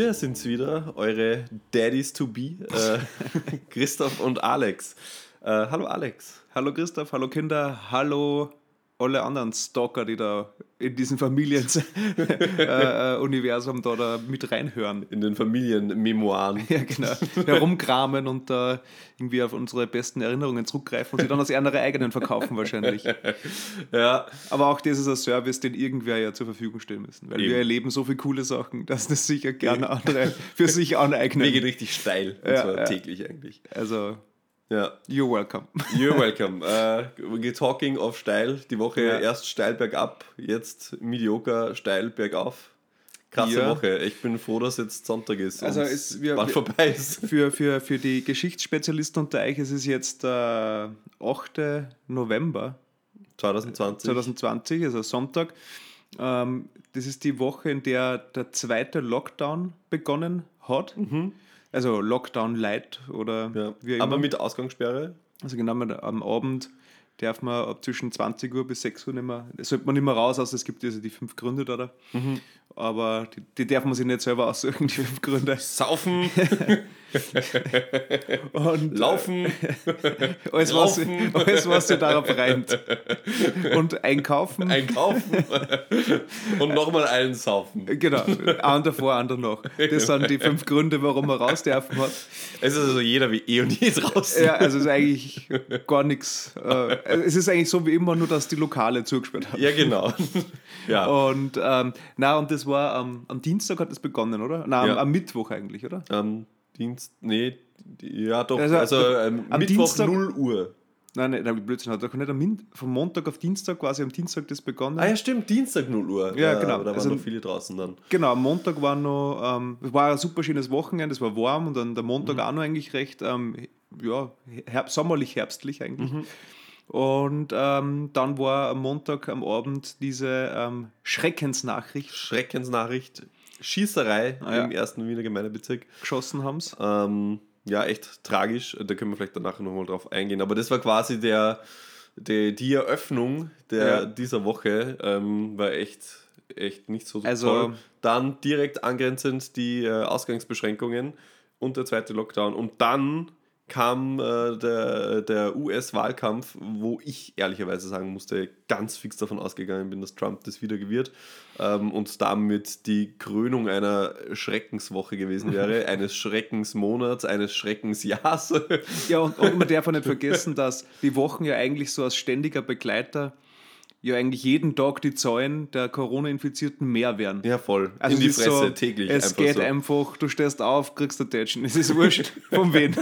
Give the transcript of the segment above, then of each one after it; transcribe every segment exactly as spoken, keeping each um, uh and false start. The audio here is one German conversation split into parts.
Wir sind's wieder, eure Daddies to be, äh, Christoph und Alex. Äh, hallo Alex. Hallo Christoph, hallo Kinder, hallo alle anderen Stalker, die da in diesem Familienuniversum äh, da, da mit reinhören. In den Familienmemoiren. Ja, genau. Herumkramen und da äh, irgendwie auf unsere besten Erinnerungen zurückgreifen und sie dann aus ihrer eigenen verkaufen wahrscheinlich. Ja. Aber auch das ist ein Service, den irgendwer ja zur Verfügung stellen müssen. Weil Eben. wir erleben so viele coole Sachen, dass das sicher gerne andere für sich aneignen. Wir gehen richtig steil, und ja, zwar ja. täglich eigentlich. Also... Ja. You're welcome. You're welcome. Uh, we're talking auf steil. Die Woche ja. erst steil bergab, jetzt mediocre steil bergauf. Krasse ja. Woche. Ich bin froh, dass jetzt Sonntag ist also und es, wir, bald wir, vorbei ist. Für, für, für die Geschichtsspezialisten unter euch ist es jetzt der äh, achte November zwanzig zwanzig. zwanzig zwanzig, also Sonntag. Ähm, das ist die Woche, in der der zweite Lockdown begonnen hat. Mhm. Also Lockdown Light oder ja. wie immer. Aber mit Ausgangssperre? Also genau, am Abend darf man ab zwischen zwanzig Uhr bis sechs Uhr nicht mehr, sollte man nicht mehr raus, also es gibt also die fünf Gründe da. da. Mhm. Aber die, die darf man sich nicht selber aussuchen, die fünf Gründe. Saufen. und Laufen. alles, was, alles, was sich darauf reimt. Und einkaufen. Einkaufen. Und nochmal einen saufen. Genau, einen davor, einen danach. Das sind die fünf Gründe, warum man raus dürfen hat. Es ist also jeder wie eh und je draußen. Ja, also es ist eigentlich gar nichts. Äh, es ist eigentlich so wie immer, nur dass die Lokale zugesperrt haben. Ja, genau. Ja. Und, ähm, na, und das war am, am Dienstag hat das begonnen, oder? Nein, ja. am, am Mittwoch eigentlich, oder? Am Dienst, nee, ja doch, also, also ähm, am Mittwoch Dienstag, null Uhr. Nein, nein, nein, Blödsinn, hat doch nicht am Min- von Montag auf Dienstag, quasi am Dienstag das begonnen. Ah ja, stimmt, Dienstag null Uhr. Ja, genau. Da waren also, noch viele draußen dann. Genau, am Montag war noch, ähm, es war ein super schönes Wochenende, es war warm und dann der Montag mhm. auch noch eigentlich recht, ähm, ja, herb- sommerlich, herbstlich eigentlich. Mhm. Und ähm, dann war am Montag am Abend diese ähm, Schreckensnachricht. Schreckensnachricht, Schießerei ah, ja. im ersten Wiener Gemeindebezirk. Geschossen haben sie. Ähm, ja, echt tragisch, da können wir vielleicht danach nochmal drauf eingehen. Aber das war quasi der, der, die Eröffnung der, ja. dieser Woche, ähm, war echt, echt nicht so, so also, toll. Dann direkt angrenzend die äh, Ausgangsbeschränkungen und der zweite Lockdown. Und dann kam äh, der, der U S-Wahlkampf, wo ich ehrlicherweise sagen musste, ganz fix davon ausgegangen bin, dass Trump das wieder gewinnt ähm, und damit die Krönung einer Schreckenswoche gewesen wäre, eines Schreckensmonats, eines Schreckensjahrs. Ja, und, und man darf auch nicht vergessen, dass die Wochen ja eigentlich so als ständiger Begleiter ja eigentlich jeden Tag die Zahlen der Corona-Infizierten mehr werden. Ja, voll. Also in die Fresse, so, täglich. Es einfach geht so. einfach, du stehst auf, kriegst du Tätschen. Es ist wurscht, von wen.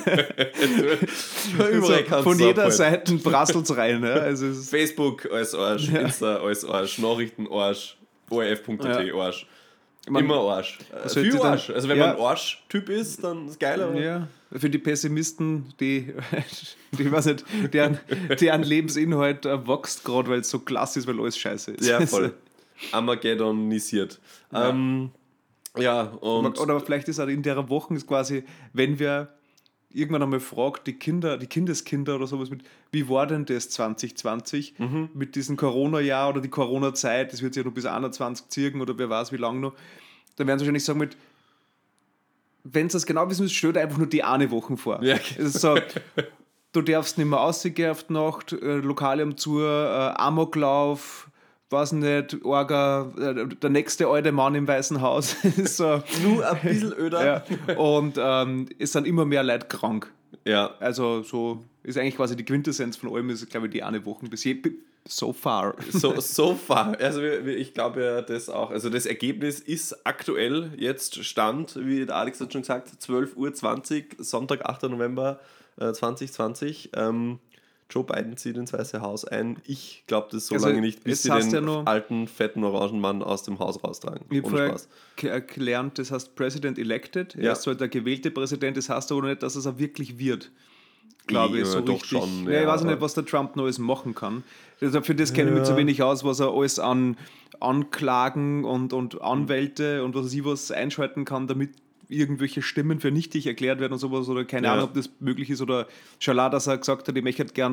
Überall so, von jeder Seite prasselt es rein. Ja. Also es Facebook als Arsch, ja. Insta als Arsch, Nachrichten Arsch, O R F punkt A T ja. Arsch. Man, immer Arsch. Viel dann, Arsch. Also wenn ja, man ein Arsch-Typ ist, dann ist es geil. Aber ja, für die Pessimisten, die, die ich weiß nicht, deren, deren Lebensinhalt wächst gerade, weil es so klasse ist, weil alles scheiße ist. Ja, voll. Armageddonisiert. Ja. Ähm, ja, und oder vielleicht ist auch in der Woche ist quasi, wenn wir irgendwann einmal fragt, die Kinder, die Kindeskinder oder sowas mit, wie war denn das zwanzig zwanzig mhm. mit diesem Corona-Jahr oder die Corona-Zeit, das wird sich ja noch bis einundzwanzig ziehen oder wer weiß wie lange noch, dann werden sie wahrscheinlich sagen mit, wenn sie das genau wissen müssen, stell dir einfach nur die eine Woche vor. Ja. Also so, du darfst nicht mehr rausgehen auf die Nacht, äh, Lokale am zu, äh, Amoklauf, weiß nicht, Orga, äh, der nächste alte Mann im Weißen Haus. So. Nur ein bisschen öder. Ja. Und ähm, es sind immer mehr Leute krank. Ja. Also so ist eigentlich quasi die Quintessenz von allem, ist glaube ich die eine Woche bis je, so far. So, so far. Also ich glaube ja das auch. Also das Ergebnis ist aktuell jetzt Stand, wie der Alex hat schon gesagt, zwölf Uhr zwanzig, Sonntag, achter November zwanzig zwanzig. Ähm, Joe Biden zieht ins Weiße Haus ein. Ich glaube das so also, lange nicht, bis sie den ja noch, alten, fetten Orangenmann aus dem Haus raustragen. Ich habe vorher k- gelernt, das heißt President elected. Er ja. ist zwar der gewählte Präsident, das heißt aber nicht, dass es auch wirklich wird. Glaube ich, ja, so doch richtig. schon. Ja, ja, ich weiß nicht, was der Trump noch alles machen kann. Also für das kenne ich ja. mich zu wenig aus, was er alles an Anklagen und, und Anwälte und was weiß ich was einschalten kann, damit irgendwelche Stimmen für nichtig erklärt werden und sowas oder keine ja. Ahnung, ob das möglich ist oder Schala, dass er gesagt hat, ich möchte gern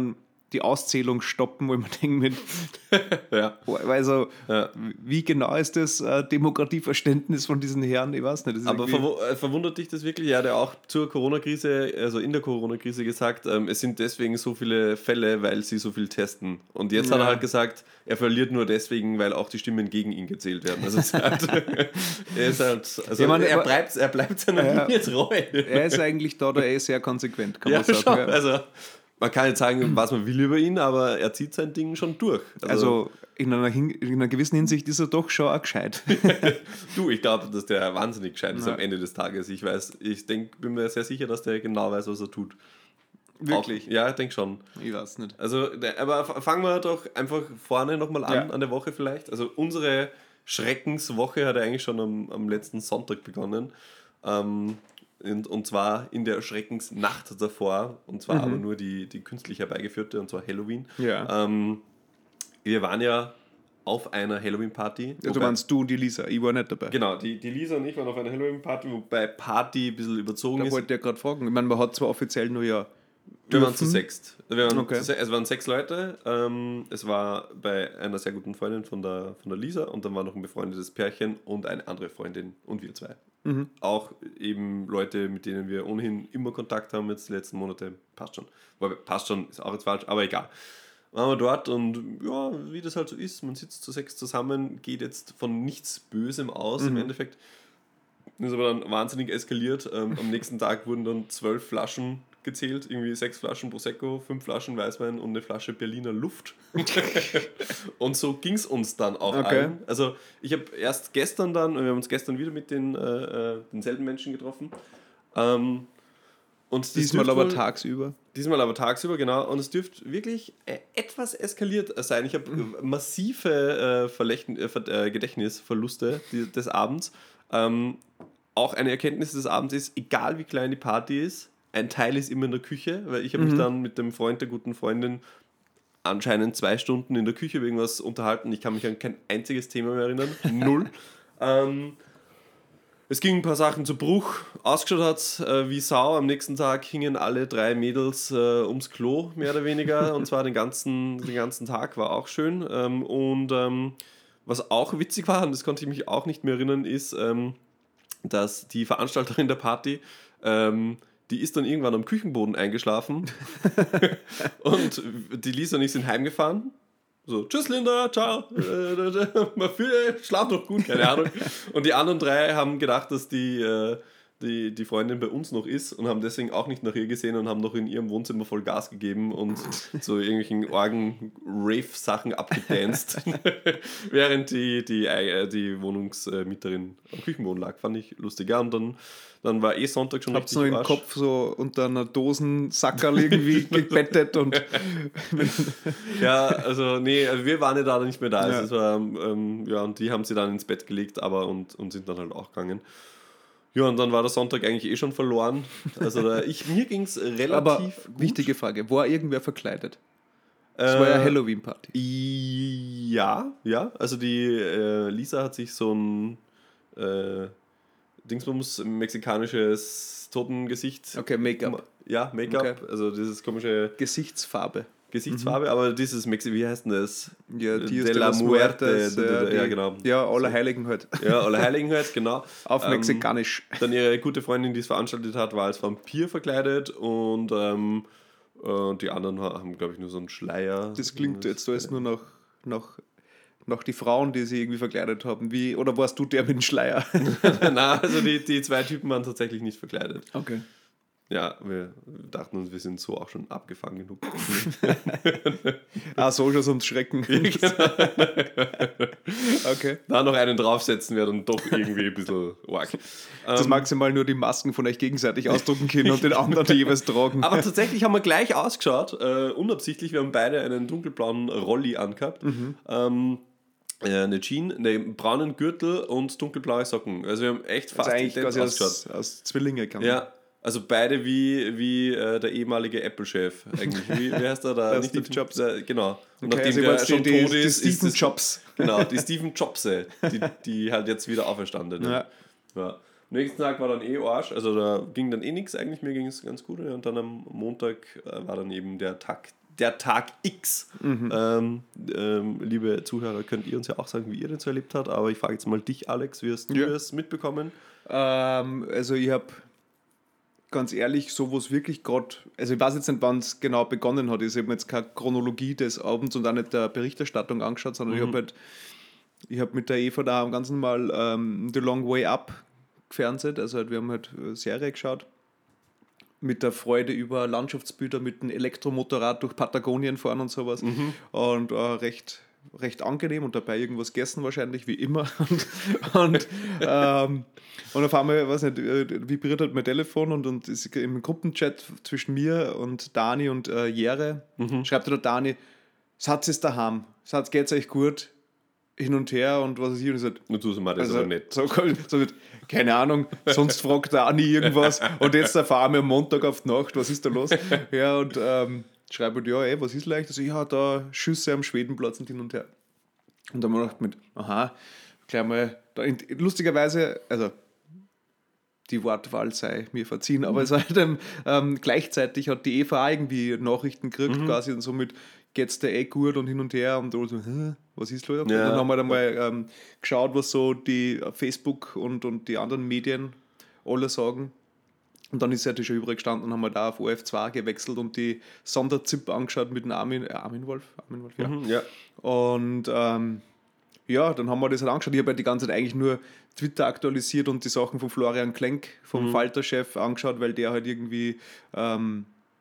die Auszählung stoppen, wo ich mir denke, mit, Ja. also, Ja. wie genau ist das äh, Demokratieverständnis von diesen Herren? Ich weiß nicht. Das ist Aber irgendwie- verwu- äh, verwundert dich das wirklich? Er hat ja auch zur Corona-Krise, also in der Corona-Krise gesagt, ähm, es sind deswegen so viele Fälle, weil sie so viel testen. Und jetzt hat er Ja. halt gesagt, er verliert nur deswegen, weil auch die Stimmen gegen ihn gezählt werden. Also es ist halt, er ist halt, also Ja, man- er, bleibt, er bleibt seiner Ja. Linie treu. er ist eigentlich da, da eh sehr konsequent, kann Ja, man sagen. schon. Ja. Also man kann jetzt sagen, was man will über ihn, aber er zieht sein Ding schon durch. Also in einer, Hin in einer gewissen Hinsicht ist er doch schon auch gescheit. Du, ich glaube, dass der wahnsinnig gescheit ist Ja. am Ende des Tages. Ich weiß, ich denk, bin mir sehr sicher, dass der genau weiß, was er tut. Wirklich? Auch, ja, ich denke schon. Ich weiß nicht. Also, der- aber f- fangen wir doch einfach vorne nochmal an, Ja. an der Woche vielleicht. Also unsere Schreckenswoche hat ja eigentlich schon am, am letzten Sonntag begonnen. Ähm, und, und zwar in der Schreckensnacht davor. Und zwar aber nur die, die künstlich herbeigeführte, und zwar Halloween. Ja. Ähm, wir waren ja auf einer Halloween-Party. Also Wobei- meinst du und die Lisa, ich war nicht dabei. Genau, die, die Lisa und ich waren auf einer Halloween-Party, wobei Party ein bisschen überzogen Da ist. wollte ich ja gerade fragen. Ich meine, man hat zwar offiziell nur ja. Wir waren zu dürfen. sechst. Wir waren Okay. zu se- es waren sechs Leute. Ähm, es war bei einer sehr guten Freundin von der, von der Lisa und dann war noch ein befreundetes Pärchen und eine andere Freundin und wir zwei. Mhm. Auch eben Leute, mit denen wir ohnehin immer Kontakt haben jetzt die letzten Monate. Passt schon. Wobei, passt schon, ist auch jetzt falsch, aber egal. Waren wir dort und ja, wie das halt so ist, man sitzt zu sechs zusammen, geht jetzt von nichts Bösem aus im Endeffekt. Das ist aber dann wahnsinnig eskaliert. Ähm, am nächsten Tag wurden dann zwölf Flaschen gezählt, irgendwie sechs Flaschen Prosecco, fünf Flaschen Weißwein und eine Flasche Berliner Luft. Und so ging es uns dann auch Okay. allen. Also ich habe erst gestern dann, wir haben uns gestern wieder mit den, äh, äh, denselben Menschen getroffen. Ähm, und das Diesmal dürfte aber wohl- tagsüber. Diesmal aber tagsüber, genau. Und es dürfte wirklich äh, etwas eskaliert sein. Ich habe äh, massive äh, Verlechten, äh, Ver- äh, Gedächtnisverluste die, des Abends. Ähm, auch eine Erkenntnis des Abends ist, egal wie klein die Party ist, ein Teil ist immer in der Küche, weil ich habe mich dann mit dem Freund der guten Freundin anscheinend zwei Stunden in der Küche wegen was unterhalten. Ich kann mich an kein einziges Thema mehr erinnern. Null. ähm, es ging ein paar Sachen zu Bruch. Ausgeschaut hat es äh, wie Sau. Am nächsten Tag hingen alle drei Mädels äh, ums Klo, mehr oder weniger. Und zwar den ganzen, den ganzen Tag, war auch schön. Ähm, und ähm, was auch witzig war, und das konnte ich mich auch nicht mehr erinnern, ist, ähm, dass die Veranstalterin der Party, ähm, die ist dann irgendwann am Küchenboden eingeschlafen. Und die Lisa und ich sind heimgefahren. So, tschüss Linda, ciao, äh, für, schlaf doch gut, keine Ahnung. Und die anderen drei haben gedacht, dass die, äh, die, die Freundin bei uns noch ist und haben deswegen auch nicht nach ihr gesehen und haben noch in ihrem Wohnzimmer voll Gas gegeben und so irgendwelchen Orgen-Rave-Sachen abgedanced, während die, die, äh, die Wohnungsmieterin am Küchenboden lag. Fand ich lustig. Ja, und dann, dann war eh Sonntag schon Hab's noch im Arsch. Kopf so unter einer Dosensackerl irgendwie gebettet und Ja, also nee, also wir waren ja da nicht mehr da. Ja. Also es war, ähm, ja, und die haben sie dann ins Bett gelegt, aber und, und sind dann halt auch gegangen. Ja, und dann war der Sonntag eigentlich eh schon verloren. Also da, ich, mir ging es relativ aber gut. wichtige Frage, war irgendwer verkleidet? Es war ja Äh, Halloween-Party. Ja, ja. Also die äh, Lisa hat sich so ein äh, Dingsbums mexikanisches Totengesicht. Okay, Make-up. Ja, Make-up. Okay. Also dieses komische Gesichtsfarbe. Gesichtsfarbe, aber dieses Mexi, wie heißt denn das? Ja, Dios De de la los Muerte. Muertes, de- de- de- ja, die- genau. Ja, aller Heiligen halt. Ja, Allerheiligen halt, genau. Auf Ähm, Mexikanisch. Dann ihre gute Freundin, die es veranstaltet hat, war als Vampir verkleidet und ähm, äh, die anderen haben, glaube ich, nur so einen Schleier. Das klingt jetzt alles nur nach, nach, nach die Frauen, die sie irgendwie verkleidet haben. Wie, oder warst du der mit dem Schleier? Nein, also die, die zwei Typen waren tatsächlich nicht verkleidet. Okay. Ja, wir dachten uns, wir sind so auch schon abgefangen genug. Ah, so schon ums Schrecken. Okay. Da noch einen draufsetzen wäre dann doch irgendwie ein bisschen arg. Das Ähm, maximal nur die Masken von euch gegenseitig ausdrucken können und den anderen die jeweils tragen. Aber tatsächlich haben wir gleich ausgeschaut, äh, unabsichtlich. Wir haben beide einen dunkelblauen Rolli angehabt. Ähm, äh, eine Jeans, einen braunen Gürtel und dunkelblaue Socken. Also wir haben echt fast Also eigentlich ident quasi ausgeschaut. aus, aus Zwillinge kann. Ja, also beide wie, wie äh, der ehemalige Apple-Chef eigentlich. Wie, wie heißt der da? Der Nicht Steve Typ, Jobs. Der, genau. Und Okay, nachdem also der jetzt schon die, die, tot die ist, ist Steve das, Jobs. Genau, die Steven Jobse, die, die halt jetzt wieder auferstanden. Ne? Ja. Ja. Am nächsten Tag war dann eh Arsch, also da ging dann eh nichts eigentlich, mir ging es ganz gut. Und dann am Montag äh, war dann eben der Tag der Tag X. Mhm. Ähm, ähm, liebe Zuhörer, könnt ihr uns ja auch sagen, wie ihr das so erlebt habt, aber ich frage jetzt mal dich, Alex, wie hast du ja. das mitbekommen? Ähm, also ich habe ganz ehrlich, sowas wirklich gerade, also ich weiß jetzt nicht, wann es genau begonnen hat. Ich habe mir jetzt keine Chronologie des Abends und auch nicht der Berichterstattung angeschaut, sondern mhm. ich habe halt, ich habe mit der Eva da am ganzen Mal ähm, The Long Way Up gefernseht, also halt, wir haben halt eine Serie geschaut mit der Freude über Landschaftsbilder mit dem Elektromotorrad durch Patagonien fahren und sowas mhm. und äh, recht recht angenehm und dabei irgendwas gegessen wahrscheinlich, wie immer. Und, und, ähm, und auf einmal, weiß nicht, vibriert halt mein Telefon und, und ist im Gruppenchat zwischen mir und Dani und äh, Jere mhm. schreibt der Dani, Satz ist daheim, Satz geht's euch gut, hin und her und was weiß ich. Und, so, und du sagst, das also, aber nicht. So, so, keine Ahnung, sonst fragt der Ani irgendwas und jetzt erfahren wir am Montag auf die Nacht, was ist da los? Ja, und ähm, schreibe ich, ja, ey, was ist leicht? Also, ja, da Schüsse am Schwedenplatz und hin und her. Und dann haben wir gedacht, mit, aha, gleich mal, da, lustigerweise, also die Wortwahl sei mir verziehen, aber mhm. es halt, ähm, gleichzeitig hat die Eva auch irgendwie Nachrichten gekriegt, mhm. quasi, und somit geht's dir eh gut und hin und her und so, hä, was ist los? Ja. Und dann haben wir dann mal ähm, geschaut, was so die Facebook und, und die anderen Medien alle sagen. Und dann ist er schon übrig gestanden und haben wir da auf O F zwei gewechselt und die Sonderzip angeschaut mit dem Armin, äh, Armin Wolf. Armin Wolf, ja. Mhm, ja. Und ähm, ja, dann haben wir das halt angeschaut. Ich habe halt die ganze Zeit eigentlich nur Twitter aktualisiert und die Sachen von Florian Klenk, vom mhm. Falter-Chef, angeschaut, weil der halt irgendwie ähm,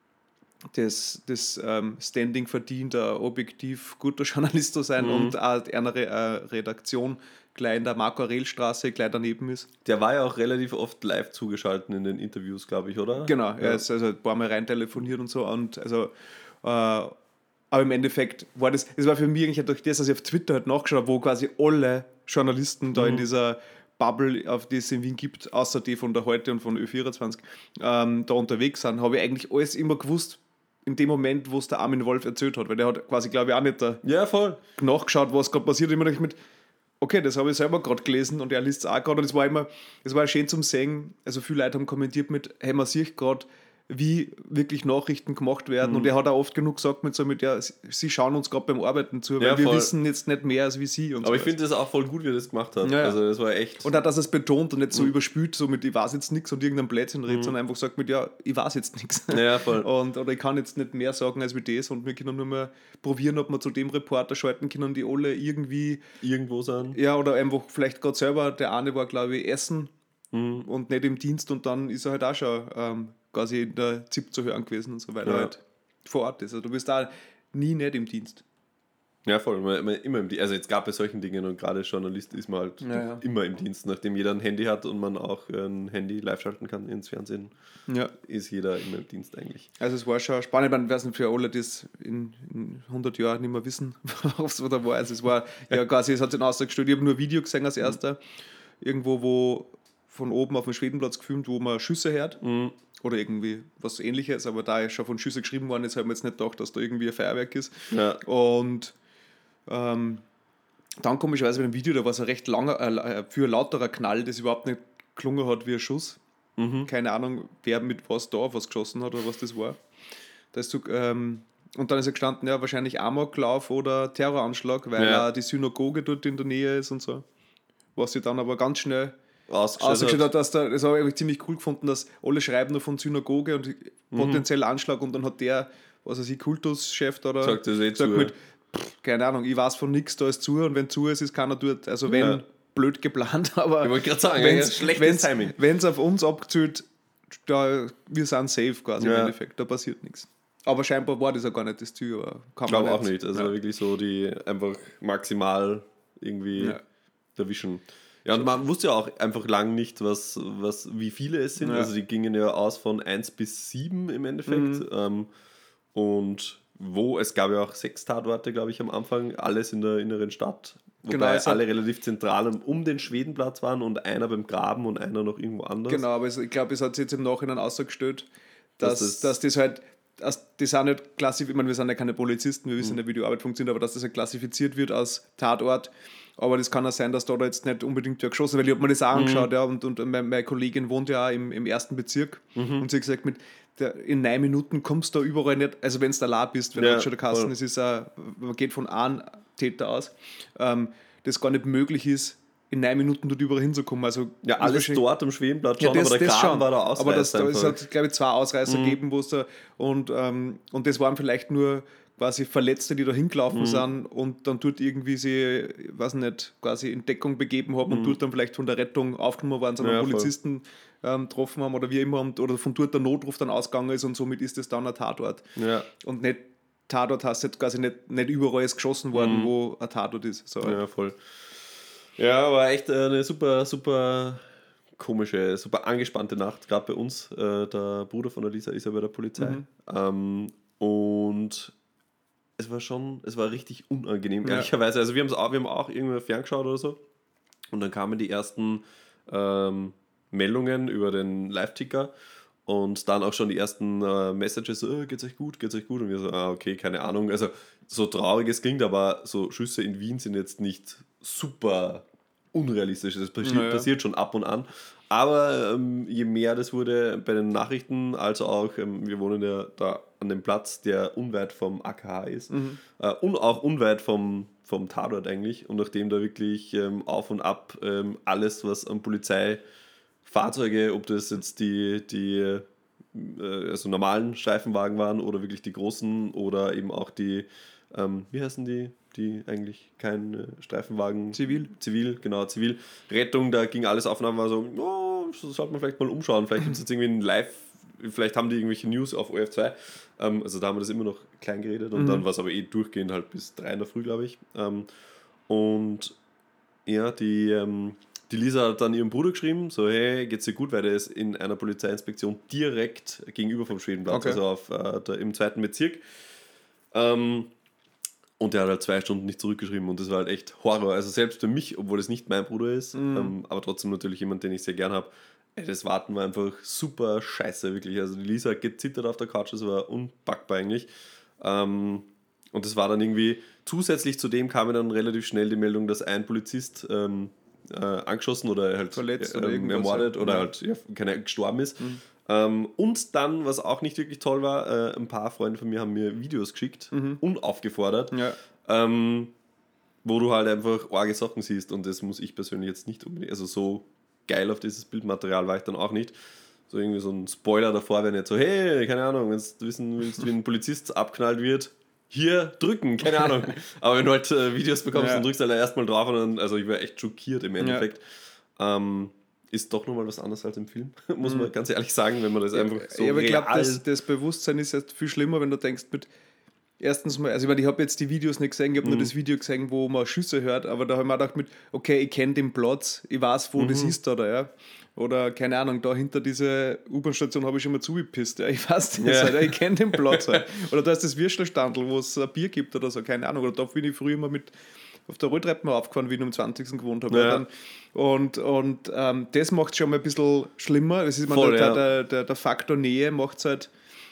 das, das ähm, Standing verdient, ein objektiv guter Journalist zu sein mhm. und auch eine Re- äh, Redaktion gleich in der Marco-Aurel-Straße gleich daneben ist. Der war ja auch relativ oft live zugeschaltet in den Interviews, glaube ich, oder? Genau, ja. Er ist also ein paar Mal rein telefoniert und so. Und also, äh, aber im Endeffekt war das, das war für mich eigentlich durch das, dass ich auf Twitter halt nachgeschaut habe, wo quasi alle Journalisten da mhm. in dieser Bubble, auf die es in Wien gibt, außer die von der Heute und von Ö vierundzwanzig, ähm, da unterwegs sind, habe ich eigentlich alles immer gewusst, in dem Moment, wo es der Armin Wolf erzählt hat, weil der hat quasi, glaube ich, auch nicht da ja, voll. nachgeschaut, was gerade passiert. Ich habe mir gedacht, okay, das habe ich selber gerade gelesen und er liest es auch gerade und es war immer, es war schön zum Sehen, also viele Leute haben kommentiert mit, hey, man sieht gerade, wie wirklich Nachrichten gemacht werden mhm. und er hat auch oft genug gesagt mit so mit, ja, sie schauen uns gerade beim Arbeiten zu, weil ja, wir wissen jetzt nicht mehr als wie sie. Und aber so ich finde das auch voll gut, wie er das gemacht hat, ja, also das war echt. Und auch, dass er es betont und nicht so mhm. überspült, so mit, ich weiß jetzt nichts und irgendein Blödsinn redet, mhm. sondern einfach sagt mit, ja, ich weiß jetzt nichts. Ja, voll. Und, oder ich kann jetzt nicht mehr sagen als wie das und wir können nur mal probieren, ob wir zu dem Reporter schalten können, die alle irgendwie irgendwo sind. Ja, oder einfach vielleicht gerade selber, der eine war, glaube ich, essen mhm. und nicht im Dienst und dann ist er halt auch schon ähm, quasi in der Z I P zu hören gewesen und so, weil ja. er halt vor Ort ist. Also du bist da nie nicht im Dienst. Ja, voll. Man, man, immer im Dienst. Also jetzt gab es solchen Dingen und gerade als Journalist ist man halt ja, ja. immer im Dienst, nachdem jeder ein Handy hat und man auch ein Handy live schalten kann ins Fernsehen, ja. ist jeder immer im Dienst eigentlich. Also es war schon spannend, ich weiß nicht, für alle, die es in, in hundert Jahren nicht mehr wissen, was da war. Also es war ja quasi, es hat sich ausgestellt, ich habe nur ein Video gesehen als erster, mhm. irgendwo, wo von oben auf dem Schwedenplatz gefilmt, wo man Schüsse hört. Mhm. Oder irgendwie was Ähnliches, aber da ja schon von Schüsse geschrieben worden ist, habe ich mir jetzt nicht gedacht, dass da irgendwie ein Feuerwerk ist. Ja. Und ähm, dann komischerweise bei dem Video, da war es ein recht langer, äh, für lauterer Knall, das überhaupt nicht gelungen hat wie ein Schuss. Mhm. Keine Ahnung, wer mit was da was geschossen hat oder was das war. Da ist so, ähm, und dann ist er gestanden, ja, wahrscheinlich Amoklauf oder Terroranschlag, weil ja. die Synagoge dort in der Nähe ist und so. Was sie dann aber ganz schnell ausgestellt hat, dass da, das habe ich eigentlich ziemlich cool gefunden, dass alle schreiben nur von Synagoge und mhm. potenziell Anschlag und dann hat der, was weiß ich, Kultuschef da, sagt, das eh sagt zu, mit, pff, keine Ahnung, ich weiß von nichts, da ist zu und wenn zu ist, ist keiner dort. Also wenn, ja. blöd geplant, aber ich wollte gerade sagen, wenn's, schlechtes wenn's, Timing. Wenn es auf uns abzählt, da, wir sind safe quasi ja. im Endeffekt, da passiert nichts. Aber scheinbar war das ja gar nicht das Ziel. Ich glaube auch nicht, also ja. wirklich so die einfach maximal irgendwie ja. erwischen. Ja, und man wusste ja auch einfach lang nicht, was, was, wie viele es sind. Ja. Also die gingen ja aus von eins bis sieben im Endeffekt. Mhm. Ähm, und wo, es gab ja auch sechs Tatorte, glaube ich, am Anfang, alles in der inneren Stadt. Wobei genau, also alle relativ zentral um den Schwedenplatz waren und einer beim Graben und einer noch irgendwo anders. Genau, aber es, ich glaube, es hat sich jetzt im Nachhinein ausgestellt, dass, dass, das, dass das halt als, die sind nicht klassifiziert, ich meine, wir sind ja keine Polizisten, wir wissen Mhm. nicht, wie die Arbeit funktioniert, aber dass das ja klassifiziert wird als Tatort. Aber das kann auch sein, dass da, da jetzt nicht unbedingt wer geschossen wird, weil ich habe mir das auch angeschaut, ja, und, und meine, meine Kollegin wohnt ja auch im, im ersten Bezirk und sie hat gesagt, mit der, in neun Minuten kommst du da überall nicht, also wenn du allein bist, wenn Ja, du schon der Kasten, voll. es ist auch, man geht von einem Täter aus, ähm, das gar nicht möglich ist, in neun Minuten dort überall hinzukommen. Also, Ja, ist alles wahrscheinlich- dort am Schwedenplatz ja, schon, das, aber der das Kram schon. war da Aber Ausreißer das, da es einfach. hat, glaube ich, zwei Ausreißer gegeben, wo es da und, ähm, und das waren vielleicht nur quasi Verletzte, die da hingelaufen Mhm. sind und dann dort irgendwie sie, weiß nicht, quasi in Deckung begeben haben und dort dann vielleicht von der Rettung aufgenommen worden sind Mhm. Ja, und voll. Polizisten ähm, getroffen haben oder wie immer und, oder von dort der Notruf dann ausgegangen ist und somit ist das dann ein Tatort. Ja. Und nicht Tatort heißt jetzt quasi nicht, nicht überall ist geschossen worden, wo ein Tatort ist. So. Ja, voll. Ja, war echt eine super, super komische, super angespannte Nacht, gerade bei uns. Äh, der Bruder von der Lisa ist ja bei der Polizei. Ähm, und es war schon, es war richtig unangenehm, Ja. ehrlicherweise. Also wir, haben's auch, wir haben auch irgendwie ferngeschaut oder so. Und dann kamen die ersten ähm, Meldungen über den Live-Ticker und dann auch schon die ersten äh, Messages, so, oh, geht's euch gut, geht's euch gut? Und wir so, ah, okay, keine Ahnung. Also so traurig es klingt, aber so Schüsse in Wien sind jetzt nicht super unrealistisch. Das passi Naja. passiert schon ab und an. Aber ähm, je mehr das wurde bei den Nachrichten, als auch, ähm, wir wohnen ja da an dem Platz, der unweit vom A K H ist äh, und auch unweit vom, vom Tatort eigentlich. Und nachdem da wirklich ähm, auf und ab ähm, alles, was an Polizeifahrzeuge, ob das jetzt die, die äh, also normalen Streifenwagen waren oder wirklich die großen oder eben auch die, ähm, wie heißen die, die eigentlich kein äh, Streifenwagen... Zivil. Zivil, genau, Zivil. Rettung, da ging alles auf und ab, war so, oh, so sollte man vielleicht mal umschauen, vielleicht gibt es jetzt irgendwie ein Live, vielleicht haben die irgendwelche News auf O R F zwei, ähm, also da haben wir das immer noch klein geredet und dann war es aber eh durchgehend halt bis drei in der Früh, glaube ich. Ähm, und ja, die, ähm, die Lisa hat dann ihrem Bruder geschrieben, so hey, geht's dir gut, weil der ist in einer Polizeiinspektion direkt gegenüber vom Schwedenplatz, Okay. also auf, äh, der, im zweiten Bezirk. Ähm, und der hat halt zwei Stunden nicht zurückgeschrieben und das war halt echt Horror. Also selbst für mich, obwohl es nicht mein Bruder ist, ähm, aber trotzdem natürlich jemand, den ich sehr gern habe, das Warten war einfach super scheiße, wirklich. Also die Lisa hat gezittert auf der Couch, das war unpackbar eigentlich. Ähm, und das war dann irgendwie, zusätzlich zu dem kam mir dann relativ schnell die Meldung, dass ein Polizist ähm, äh, angeschossen oder halt Verletzt äh, oder ähm, irgendwas, ermordet ja. oder Ja. halt ja, keine, gestorben ist. Ähm, und dann, was auch nicht wirklich toll war, äh, ein paar Freunde von mir haben mir Videos geschickt, unaufgefordert, Ja. ähm, wo du halt einfach arge Sachen siehst und das muss ich persönlich jetzt nicht unbedingt, also so geil auf dieses Bildmaterial war ich dann auch nicht. So irgendwie so ein Spoiler davor wäre nicht so, hey, keine Ahnung, wenn du wissen willst, wie ein Polizist abknallt wird, hier drücken, keine Ahnung. Aber wenn du halt äh, Videos bekommst, Ja. dann drückst du halt erstmal drauf und dann, also ich war echt schockiert im Endeffekt. Ähm, ist doch nochmal was anderes als im Film, muss man ganz ehrlich sagen, wenn man das einfach so ja, aber ich real... glaube, das, das Bewusstsein ist jetzt viel schlimmer, wenn du denkst, mit erstens mal, also ich meine, ich habe jetzt die Videos nicht gesehen, ich habe nur das Video gesehen, wo man Schüsse hört, aber da habe ich mir gedacht mit, okay, ich kenne den Platz, ich weiß, wo das ist da, ja. Oder, keine Ahnung, da hinter dieser U-Bahn-Station habe ich schon mal zugepisst, ja. Ich weiß das, Ja. halt, ja. Ich kenne den Platz halt. Oder da ist das Würstelstandl, wo es ein Bier gibt oder so, keine Ahnung. Oder da bin ich früher immer mit auf der Rolltreppe aufgefahren, wie ich am zwanzigsten gewohnt habe. Ja. Ja. Dann, und und ähm, das macht es schon mal ein bisschen schlimmer. Das ist, man, Voll, der, ja. der, der, der Faktor Nähe macht es halt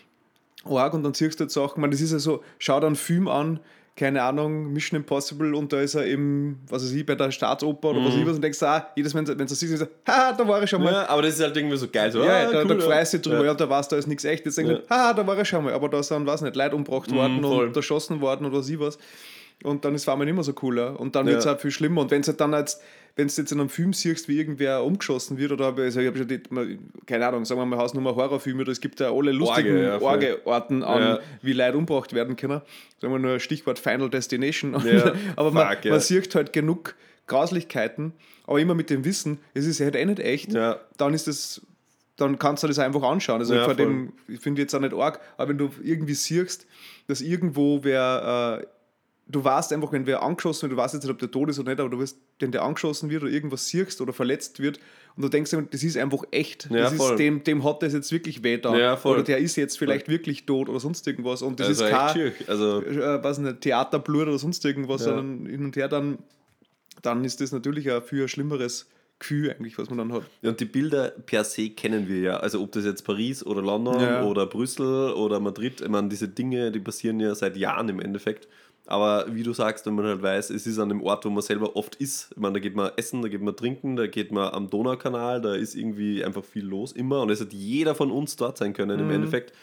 arg und dann siehst du halt Sachen, man, das ist ja so, schau dir einen Film an, keine Ahnung, Mission Impossible und da ist er im, was weiß ich, bei der Staatsoper oder was weiß ich was und denkst, ah, jedes Mal, wenn du siehst, so, haha, da war ich schon mal. Ja, aber das ist halt irgendwie so geil. So, Ja, ah, da, cool, da ja. freust du dich drüber, Ja. ja, da weißt du, da ist nichts echt. Jetzt denkst du, Ja. haha, da war ich schon mal, aber da sind, weiß nicht, Leute umgebracht worden voll. und erschossen worden oder was ich was. Und dann ist es nicht mehr so cool. Ja. Und dann wird es Ja. auch viel schlimmer. Und wenn es halt dann jetzt, wenn du jetzt in einem Film siehst, wie irgendwer umgeschossen wird, oder also ich habe schon die, keine Ahnung, sagen wir mal Hausnummer Horrorfilme, oder es gibt ja alle lustigen Orge, ja, voll. Orgeorten an, Ja. wie Leute umgebracht werden können. Sagen wir nur Stichwort Final Destination. Ja, aber man, fuck, ja. man sieht halt genug Grauslichkeiten, aber immer mit dem Wissen, es ist halt eh nicht echt, Ja. dann ist das, dann kannst du das einfach anschauen. Also Ja, vor voll. dem, ich finde jetzt auch nicht arg, aber wenn du irgendwie siehst, dass irgendwo wer, äh, du weißt einfach, wenn wer angeschossen wird, du weißt jetzt nicht, ob der tot ist oder nicht, aber du weißt, wenn der angeschossen wird oder irgendwas siehst oder verletzt wird und du denkst, das ist einfach echt. Ja, das voll. ist, dem, dem hat das jetzt wirklich weh da. Ja, voll. Oder der ist jetzt vielleicht wirklich tot oder sonst irgendwas. Und das Also ist echt kein schier. Also, äh, weiß nicht, Theaterblut oder sonst irgendwas, Ja. sondern hin und her dann, dann ist das natürlich auch viel ein schlimmeres Gefühl eigentlich, was man dann hat. Ja, und die Bilder per se kennen wir ja. Also ob das jetzt Paris oder London Ja. oder Brüssel oder Madrid, ich meine, diese Dinge, die passieren ja seit Jahren im Endeffekt. Aber wie du sagst, wenn man halt weiß, es ist an dem Ort, wo man selber oft ist, ich meine, da geht man essen, da geht man trinken, da geht man am Donaukanal, da ist irgendwie einfach viel los immer und es hat jeder von uns dort sein können im Mhm. Endeffekt.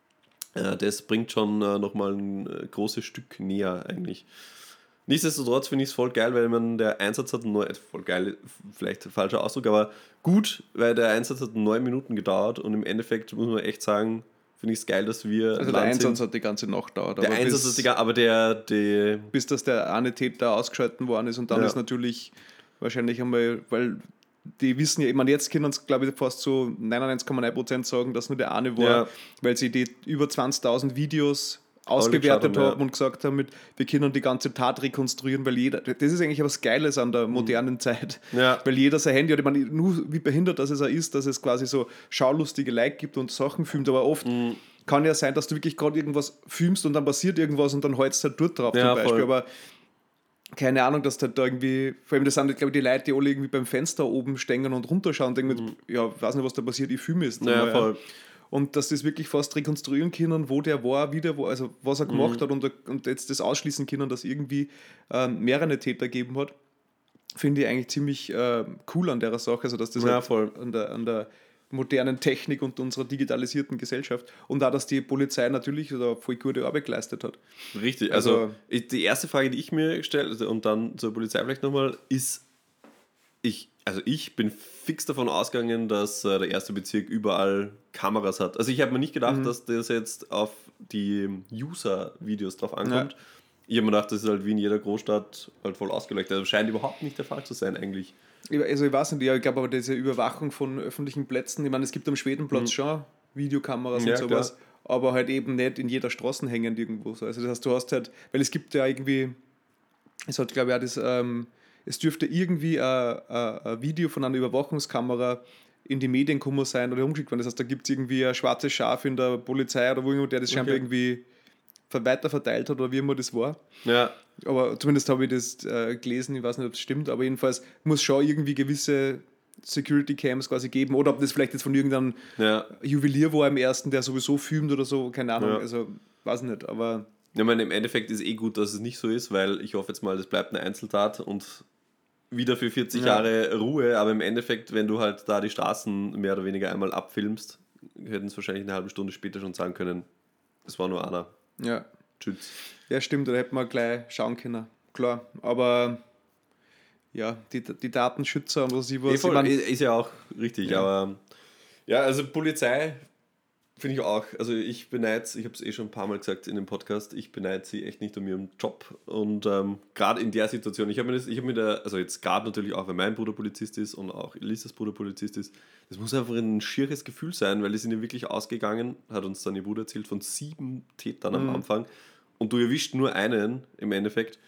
Äh, das bringt schon äh, nochmal ein äh, großes Stück näher eigentlich. Nichtsdestotrotz finde ich es voll geil, weil man der Einsatz hat neu, voll geil, vielleicht falscher Ausdruck, aber gut, weil der Einsatz hat neun Minuten gedauert und im Endeffekt muss man echt sagen, finde ich es geil, dass wir Also der Einsatz hat die ganze Nacht gedauert. Der aber Einsatz bis, hat die ganze, aber der, die, bis dass der eine Täter ausgeschalten worden ist und dann Ja. ist natürlich wahrscheinlich einmal, weil die wissen ja, ich meine, jetzt können sie, glaube ich, fast so neunundneunzig Komma neun Prozent sagen, dass nur der eine war, Ja. weil sie die über zwanzigtausend Videos geschaut ausgewertet haben, ja. haben und gesagt haben, mit, wir können die ganze Tat rekonstruieren, weil jeder, das ist eigentlich was Geiles an der modernen Zeit, Ja. weil jeder sein Handy hat, ich meine, nur wie behindert das es auch ist, dass es quasi so schaulustige Like gibt und Sachen filmt, aber oft Mhm. kann ja sein, dass du wirklich gerade irgendwas filmst und dann passiert irgendwas und dann hältst du halt dort drauf Ja, zum Beispiel, voll. aber keine Ahnung, dass du halt da irgendwie, vor allem das sind, glaube ich, die Leute, die alle irgendwie beim Fenster oben stehen und runterschauen und denken, ja, weiß nicht, was da passiert, ich filme jetzt. Mhm. Ja, mal, voll. Und dass das wirklich fast rekonstruieren können, wo der war, wie der war, also was er Mhm. gemacht hat und, und jetzt das ausschließen können, dass irgendwie ähm, mehrere Täter gegeben hat, finde ich eigentlich ziemlich äh, cool an der Sache, also dass das Ja, halt voll. an der, an der modernen Technik und unserer digitalisierten Gesellschaft und auch, dass die Polizei natürlich da voll gute Arbeit geleistet hat. Richtig, also, Also- ich, die erste Frage, die ich mir gestellt also, und dann zur Polizei vielleicht nochmal, ist, ich, also ich bin fix davon ausgegangen, dass äh, der erste Bezirk überall Kameras hat. Also ich habe mir nicht gedacht, dass das jetzt auf die User-Videos drauf ankommt. Ja. Ich habe mir gedacht, das ist halt wie in jeder Großstadt halt voll ausgeleuchtet. Also scheint überhaupt nicht der Fall zu sein eigentlich. Ich- Also ich weiß nicht, ja, ich glaube aber diese Überwachung von öffentlichen Plätzen, ich meine, es gibt am Schwedenplatz schon Videokameras Ja, und sowas, klar. aber halt eben nicht in jeder Straße hängend irgendwo so. Also das heißt, du hast halt, weil es gibt ja irgendwie, es hat glaube ich auch das, ähm, es dürfte irgendwie ein, ein, ein Video von einer Überwachungskamera in die Medien gekommen sein oder umgeschickt worden. Das heißt, da gibt es irgendwie ein schwarzes Schaf in der Polizei oder wo irgendwo, der das scheinbar Okay. irgendwie ver- weiter verteilt hat oder wie immer das war. Ja, Aber zumindest habe ich das äh, gelesen, ich weiß nicht, ob es stimmt, aber jedenfalls muss schon irgendwie gewisse Security Cams quasi geben oder ob das vielleicht jetzt von irgendeinem ja. Juwelier war im ersten, der sowieso filmt oder so, keine Ahnung, Ja. also weiß nicht, aber Ja, ich meine, im Endeffekt ist eh gut, dass es nicht so ist, weil ich hoffe jetzt mal, das bleibt eine Einzeltat und wieder für vierzig Ja. Jahre Ruhe, aber im Endeffekt, wenn du halt da die Straßen mehr oder weniger einmal abfilmst, hätten es wahrscheinlich eine halbe Stunde später schon sagen können, es war nur einer. ja, Tschüss. ja stimmt, da hätte man gleich schauen können, klar, aber ja, die, die Datenschützer und was ich was, Eh, ich voll, mein, ist ja auch richtig, Ja. aber ja, also Polizei finde ich auch, also ich beneide, ich habe es eh schon ein paar Mal gesagt in dem Podcast, ich beneide sie echt nicht um ihren Job und ähm, gerade in der Situation, ich habe mir das, ich habe mir da, also jetzt gerade natürlich auch, weil mein Bruder Polizist ist und auch Elisas Bruder Polizist ist, das muss einfach ein schieres Gefühl sein, weil die sind ja wirklich ausgegangen, hat uns dann ihr Bruder erzählt, von sieben Tätern am Mhm. Anfang und du erwischt nur einen im Endeffekt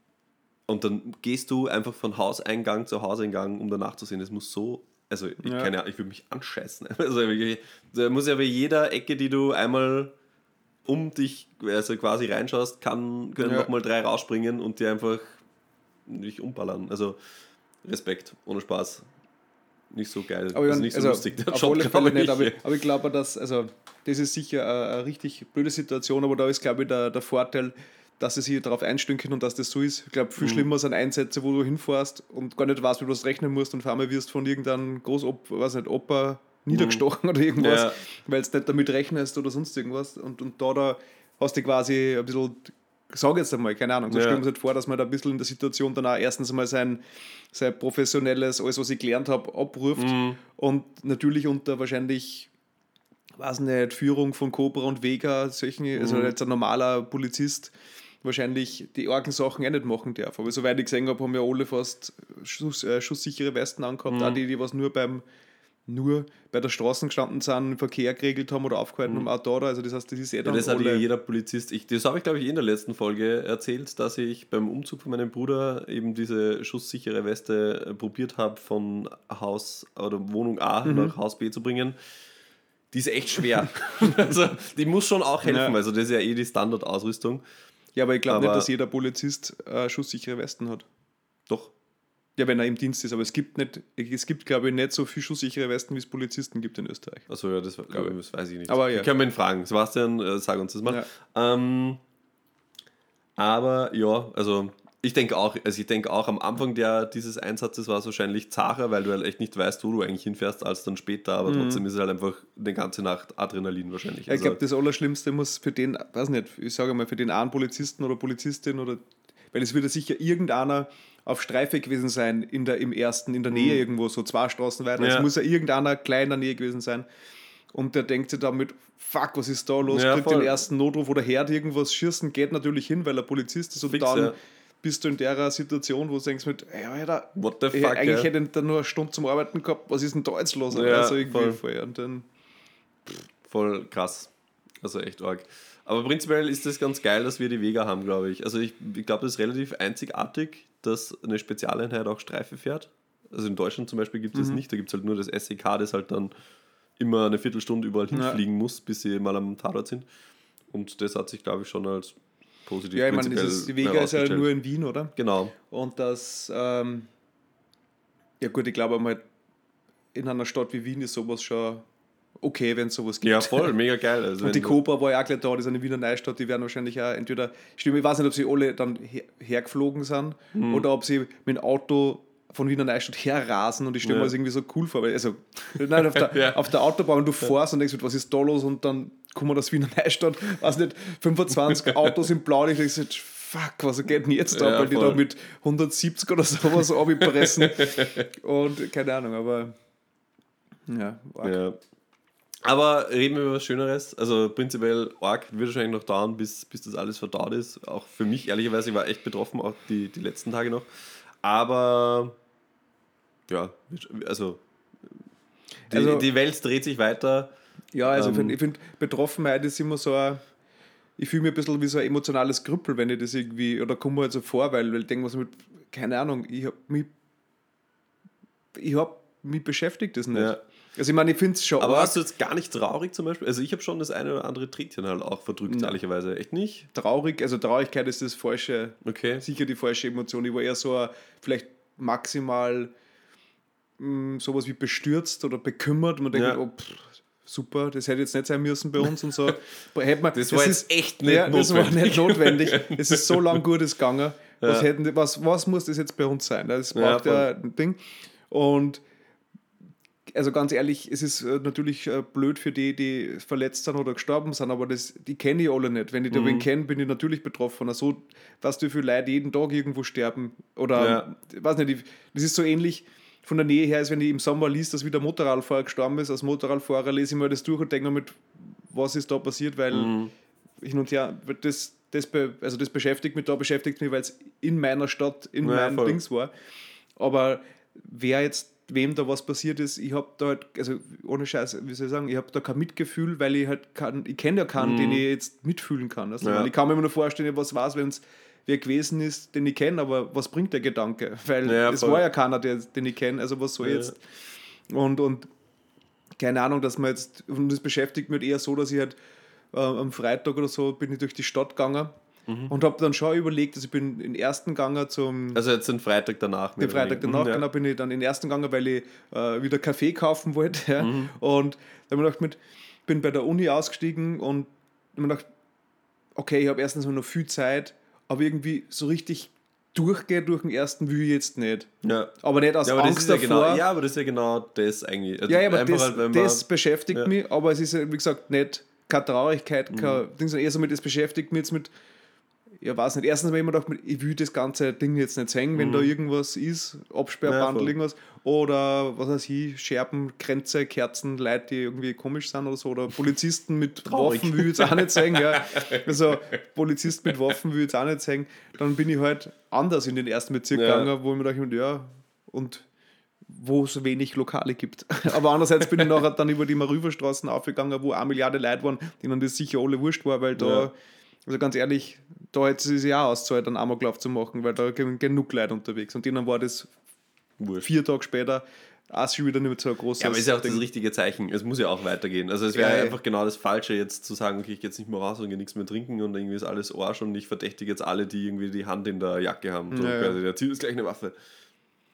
und dann gehst du einfach von Hauseingang zu Hauseingang, um danach zu sehen, das muss so, also ich, Ja. keine Ahnung, ich würde mich anscheißen. Also wirklich, da muss ja bei jeder Ecke, die du einmal um dich also quasi reinschaust, kann, können Ja. nochmal drei rausspringen und dir einfach dich umballern. Also Respekt, ohne Spaß. Nicht so geil, aber ich also mein, nicht so also, lustig, der auf Job, alle Fälle glaube nicht, ich. aber, aber ich glaube, dass, also, das ist sicher eine, eine richtig blöde Situation, aber da ist, glaube ich, der, der Vorteil, dass sie sich darauf einstellen können und dass das so ist. Ich glaube, viel Mhm. schlimmer sind Einsätze, wo du hinfährst und gar nicht weißt, wie du das rechnen musst und auf einmal wirst von irgendeinem Großopa, weiß nicht, Opa niedergestochen oder irgendwas, Ja. weil du nicht damit rechnest oder sonst irgendwas. Und, und da, da hast du quasi ein bisschen, sag jetzt einmal, keine Ahnung, so Ja. stellen wir uns halt vor, dass man da ein bisschen in der Situation dann auch erstens einmal sein, sein professionelles, alles, was ich gelernt habe, abruft Mhm. und natürlich unter wahrscheinlich, weiß nicht, Führung von Cobra und Vega, solchen, also Mhm. jetzt ein normaler Polizist wahrscheinlich die argen Sachen auch nicht machen darf. Aber soweit ich gesehen habe, haben ja alle fast Schuss, äh, schusssichere Westen angehabt, Mhm. auch die, die was nur beim nur bei der Straße gestanden sind, Verkehr geregelt haben oder aufgehalten haben, auch da, also das heißt, das ist eh Ja, dann das hat ja alle... jeder Polizist. Ich, das habe ich, glaube ich, in der letzten Folge erzählt, dass ich beim Umzug von meinem Bruder eben diese schusssichere Weste äh, probiert habe, von Haus oder Wohnung A Mhm. nach Haus B zu bringen. Die ist echt schwer. Also, die muss schon auch helfen. Ja. Also, das ist ja eh die Standardausrüstung. Ja, aber ich glaube Aber- nicht, dass jeder Polizist äh, schusssichere Westen hat. Doch. Ja, wenn er im Dienst ist, aber es gibt nicht, es gibt, glaube ich, nicht so viel schusssichere Westen, wie es Polizisten gibt in Österreich. Achso, ja, das, glaube ich. das weiß ich nicht. Aber ja. Können wir ihn fragen. Sebastian, äh, sag uns das mal. Ja. Ähm, aber ja, also ich denke auch, also ich denke auch am Anfang der, dieses Einsatzes war es wahrscheinlich zacher, weil du halt echt nicht weißt, wo du eigentlich hinfährst, als dann später, aber mhm. trotzdem ist es halt einfach eine ganze Nacht Adrenalin wahrscheinlich. Ja, ich glaube, das Allerschlimmste muss für den, weiß nicht, ich sage mal, für den einen Polizisten oder Polizistin oder, weil es wird ja sicher irgendeiner auf Streife gewesen sein, in der, im ersten, in der Nähe mhm. irgendwo, so zwei Straßen weiter. Ja. Es muss ja irgendeiner klein in der Nähe gewesen sein. Und der denkt sich damit, fuck, was ist da los? Ja, kriegt voll. Den ersten Notruf oder hört irgendwas schießen, geht natürlich hin, weil er Polizist ist. Und Fix, dann ja. bist du in der Situation, wo du denkst mit, ey, Alter, What the fuck, ey, eigentlich ja. hätte ich da nur eine Stunde zum Arbeiten gehabt, was ist denn da jetzt los? Ja, also irgendwie voll. voll. Und dann voll krass. Also echt arg. Aber prinzipiell ist das ganz geil, dass wir die Vega haben, glaube ich. Also ich, ich glaube, das ist relativ einzigartig, dass eine Spezialeinheit auch Streife fährt. Also in Deutschland zum Beispiel gibt es mhm. das nicht. Da gibt es halt nur das S E K, das halt dann immer eine Viertelstunde überall hinfliegen ja. muss, bis sie mal am Tatort sind. Und das hat sich, glaube ich, schon als positiv ja, ich meine, die Vega ist ja nur in Wien, oder? Genau. Und das, ähm, ja gut, ich glaube mal, in einer Stadt wie Wien ist sowas schon okay, wenn es sowas gibt. Ja, voll, mega geil. Also und die Cobra war ja auch gleich da, die ist eine Wiener Neustadt, die werden wahrscheinlich auch entweder, stimmt, ich weiß nicht, ob sie alle dann her, hergeflogen sind mhm. oder ob sie mit dem Auto von Wiener Neustadt herrasen und ich stelle ja. mir das irgendwie so cool vor, weil also, nein, auf, der, ja. auf der Autobahn du fährst und denkst, was ist da los und dann kommen wir aus Wiener Neustadt, weiß nicht, fünfundzwanzig Autos in Blau und ich denke, fuck, was geht denn jetzt da, ja, weil voll. Die da mit hundertsiebzig oder sowas abpressen und keine Ahnung, aber ja, ja. Aber reden wir über was Schöneres. Also prinzipiell arg wird wahrscheinlich noch dauern, bis, bis das alles verdaut ist. Auch für mich, ehrlicherweise, ich war echt betroffen, auch die, die letzten Tage noch. Aber ja, also die, also die Welt dreht sich weiter. Ja, also ähm, ich finde, find, Betroffenheit ist immer so ein, ich fühle mich ein bisschen wie so ein emotionales Krüppel, wenn ich das irgendwie, oder komme mir halt so vor, weil, weil ich denke, was mit, keine Ahnung, ich habe mich, ich habe mich beschäftigt das nicht. Ja. Also ich meine, ich finde es schon. Aber warst du jetzt gar nicht traurig zum Beispiel? Also ich habe schon das eine oder andere Tränchen halt auch verdrückt, ehrlicherweise. Echt nicht? Traurig, also Traurigkeit ist das falsche, okay. sicher die falsche Emotion. Ich war eher so ein, vielleicht maximal mh, sowas wie bestürzt oder bekümmert. Man denkt, ja. oh, pff, super, das hätte jetzt nicht sein müssen bei uns und so. Hätte man, das, das war jetzt ist, echt nicht ja, notwendig. Das war nicht notwendig. Es ist so lang Gutes gegangen. Ja. Was, hätten, was, was muss das jetzt bei uns sein? Das braucht ja, ja ein Ding. Und also ganz ehrlich, es ist natürlich blöd für die, die verletzt sind oder gestorben sind, aber das, die kenne ich alle nicht. Wenn ich da mhm. wen kenne, bin ich natürlich betroffen. Also, was du für Leute jeden Tag irgendwo sterben. Oder, ja. ich weiß nicht, das ist so ähnlich von der Nähe her, als wenn ich im Sommer liest, dass wieder ein Motorradfahrer gestorben ist. Als Motorradfahrer lese ich mir das durch und denke mir mit, was ist da passiert, weil mhm. hin und her, das, das, also das beschäftigt mich, da beschäftigt mich, weil es in meiner Stadt, in ja, meinem voll. Dings war. Aber wer jetzt wem da was passiert ist, ich habe da halt, also ohne Scheiß, wie soll ich sagen, ich habe da kein Mitgefühl, weil ich halt kann, ich kenne ja keinen, mm. den ich jetzt mitfühlen kann. Also ja. Ich kann mir immer nur vorstellen, was war es, wenn es wer gewesen ist, den ich kenne, aber was bringt der Gedanke? Weil ja, es war ja keiner, der, den ich kenne, also was soll ja. jetzt? Und, und keine Ahnung, dass man jetzt, und das beschäftigt mich eher so, dass ich halt äh, am Freitag oder so bin ich durch die Stadt gegangen. Mhm. Und habe dann schon überlegt, also ich bin in den ersten gegangen zum... Also jetzt den Freitag danach. Den Freitag danach, mhm, ja. genau, bin ich dann in den ersten gegangen, weil ich äh, wieder Kaffee kaufen wollte. Ja. Mhm. Und dann habe ich gedacht, mit, bin bei der Uni ausgestiegen und habe mir gedacht, okay, ich habe erstens noch viel Zeit, aber irgendwie so richtig durchgehen durch den ersten will ich jetzt nicht. Ja. Aber nicht aus ja, aber Angst das ist davor. ja genau, ja, aber das ist ja genau das eigentlich. Also ja, ja, aber das, halt, man, das beschäftigt ja. mich, aber es ist ja, wie gesagt, nicht keine Traurigkeit, mhm. kein Ding, sondern eher so mit, das beschäftigt mich jetzt mit, ja, weiß nicht. Erstens habe ich immer gedacht, ich will das ganze Ding jetzt nicht sehen, wenn mhm. da irgendwas ist, Absperrband, ja, irgendwas, oder was weiß ich, Scherben, Kränze, Kerzen, Leute, die irgendwie komisch sind oder so, oder Polizisten mit Traurig. Waffen will ich jetzt auch nicht sehen. Ja. Also Polizist mit Waffen will ich jetzt auch nicht sehen. Dann bin ich halt anders in den ersten Bezirk ja. gegangen, wo ich mir dachte, ja, und wo es wenig Lokale gibt. Aber andererseits bin ich nachher dann über die Marüverstraßen aufgegangen, wo eine Milliarde Leute waren, denen das sicher alle wurscht war, weil da ja. Also ganz ehrlich, da hätte es sich auch ausgezahlt, einen Amoklauf zu machen, weil da genug Leute unterwegs. Und denen war das Wurscht. vier Tage später auch schon wieder nicht mehr so ein großes Ja, aber ist ja auch Ding. Das richtige Zeichen. Es muss ja auch weitergehen. Also es wäre ja, einfach genau das Falsche, jetzt zu sagen, okay, ich gehe jetzt nicht mehr raus und gehe nichts mehr trinken und irgendwie ist alles Arsch und ich verdächtige jetzt alle, die irgendwie die Hand in der Jacke haben. So, ja, ja. Der zieht jetzt gleich eine Waffe.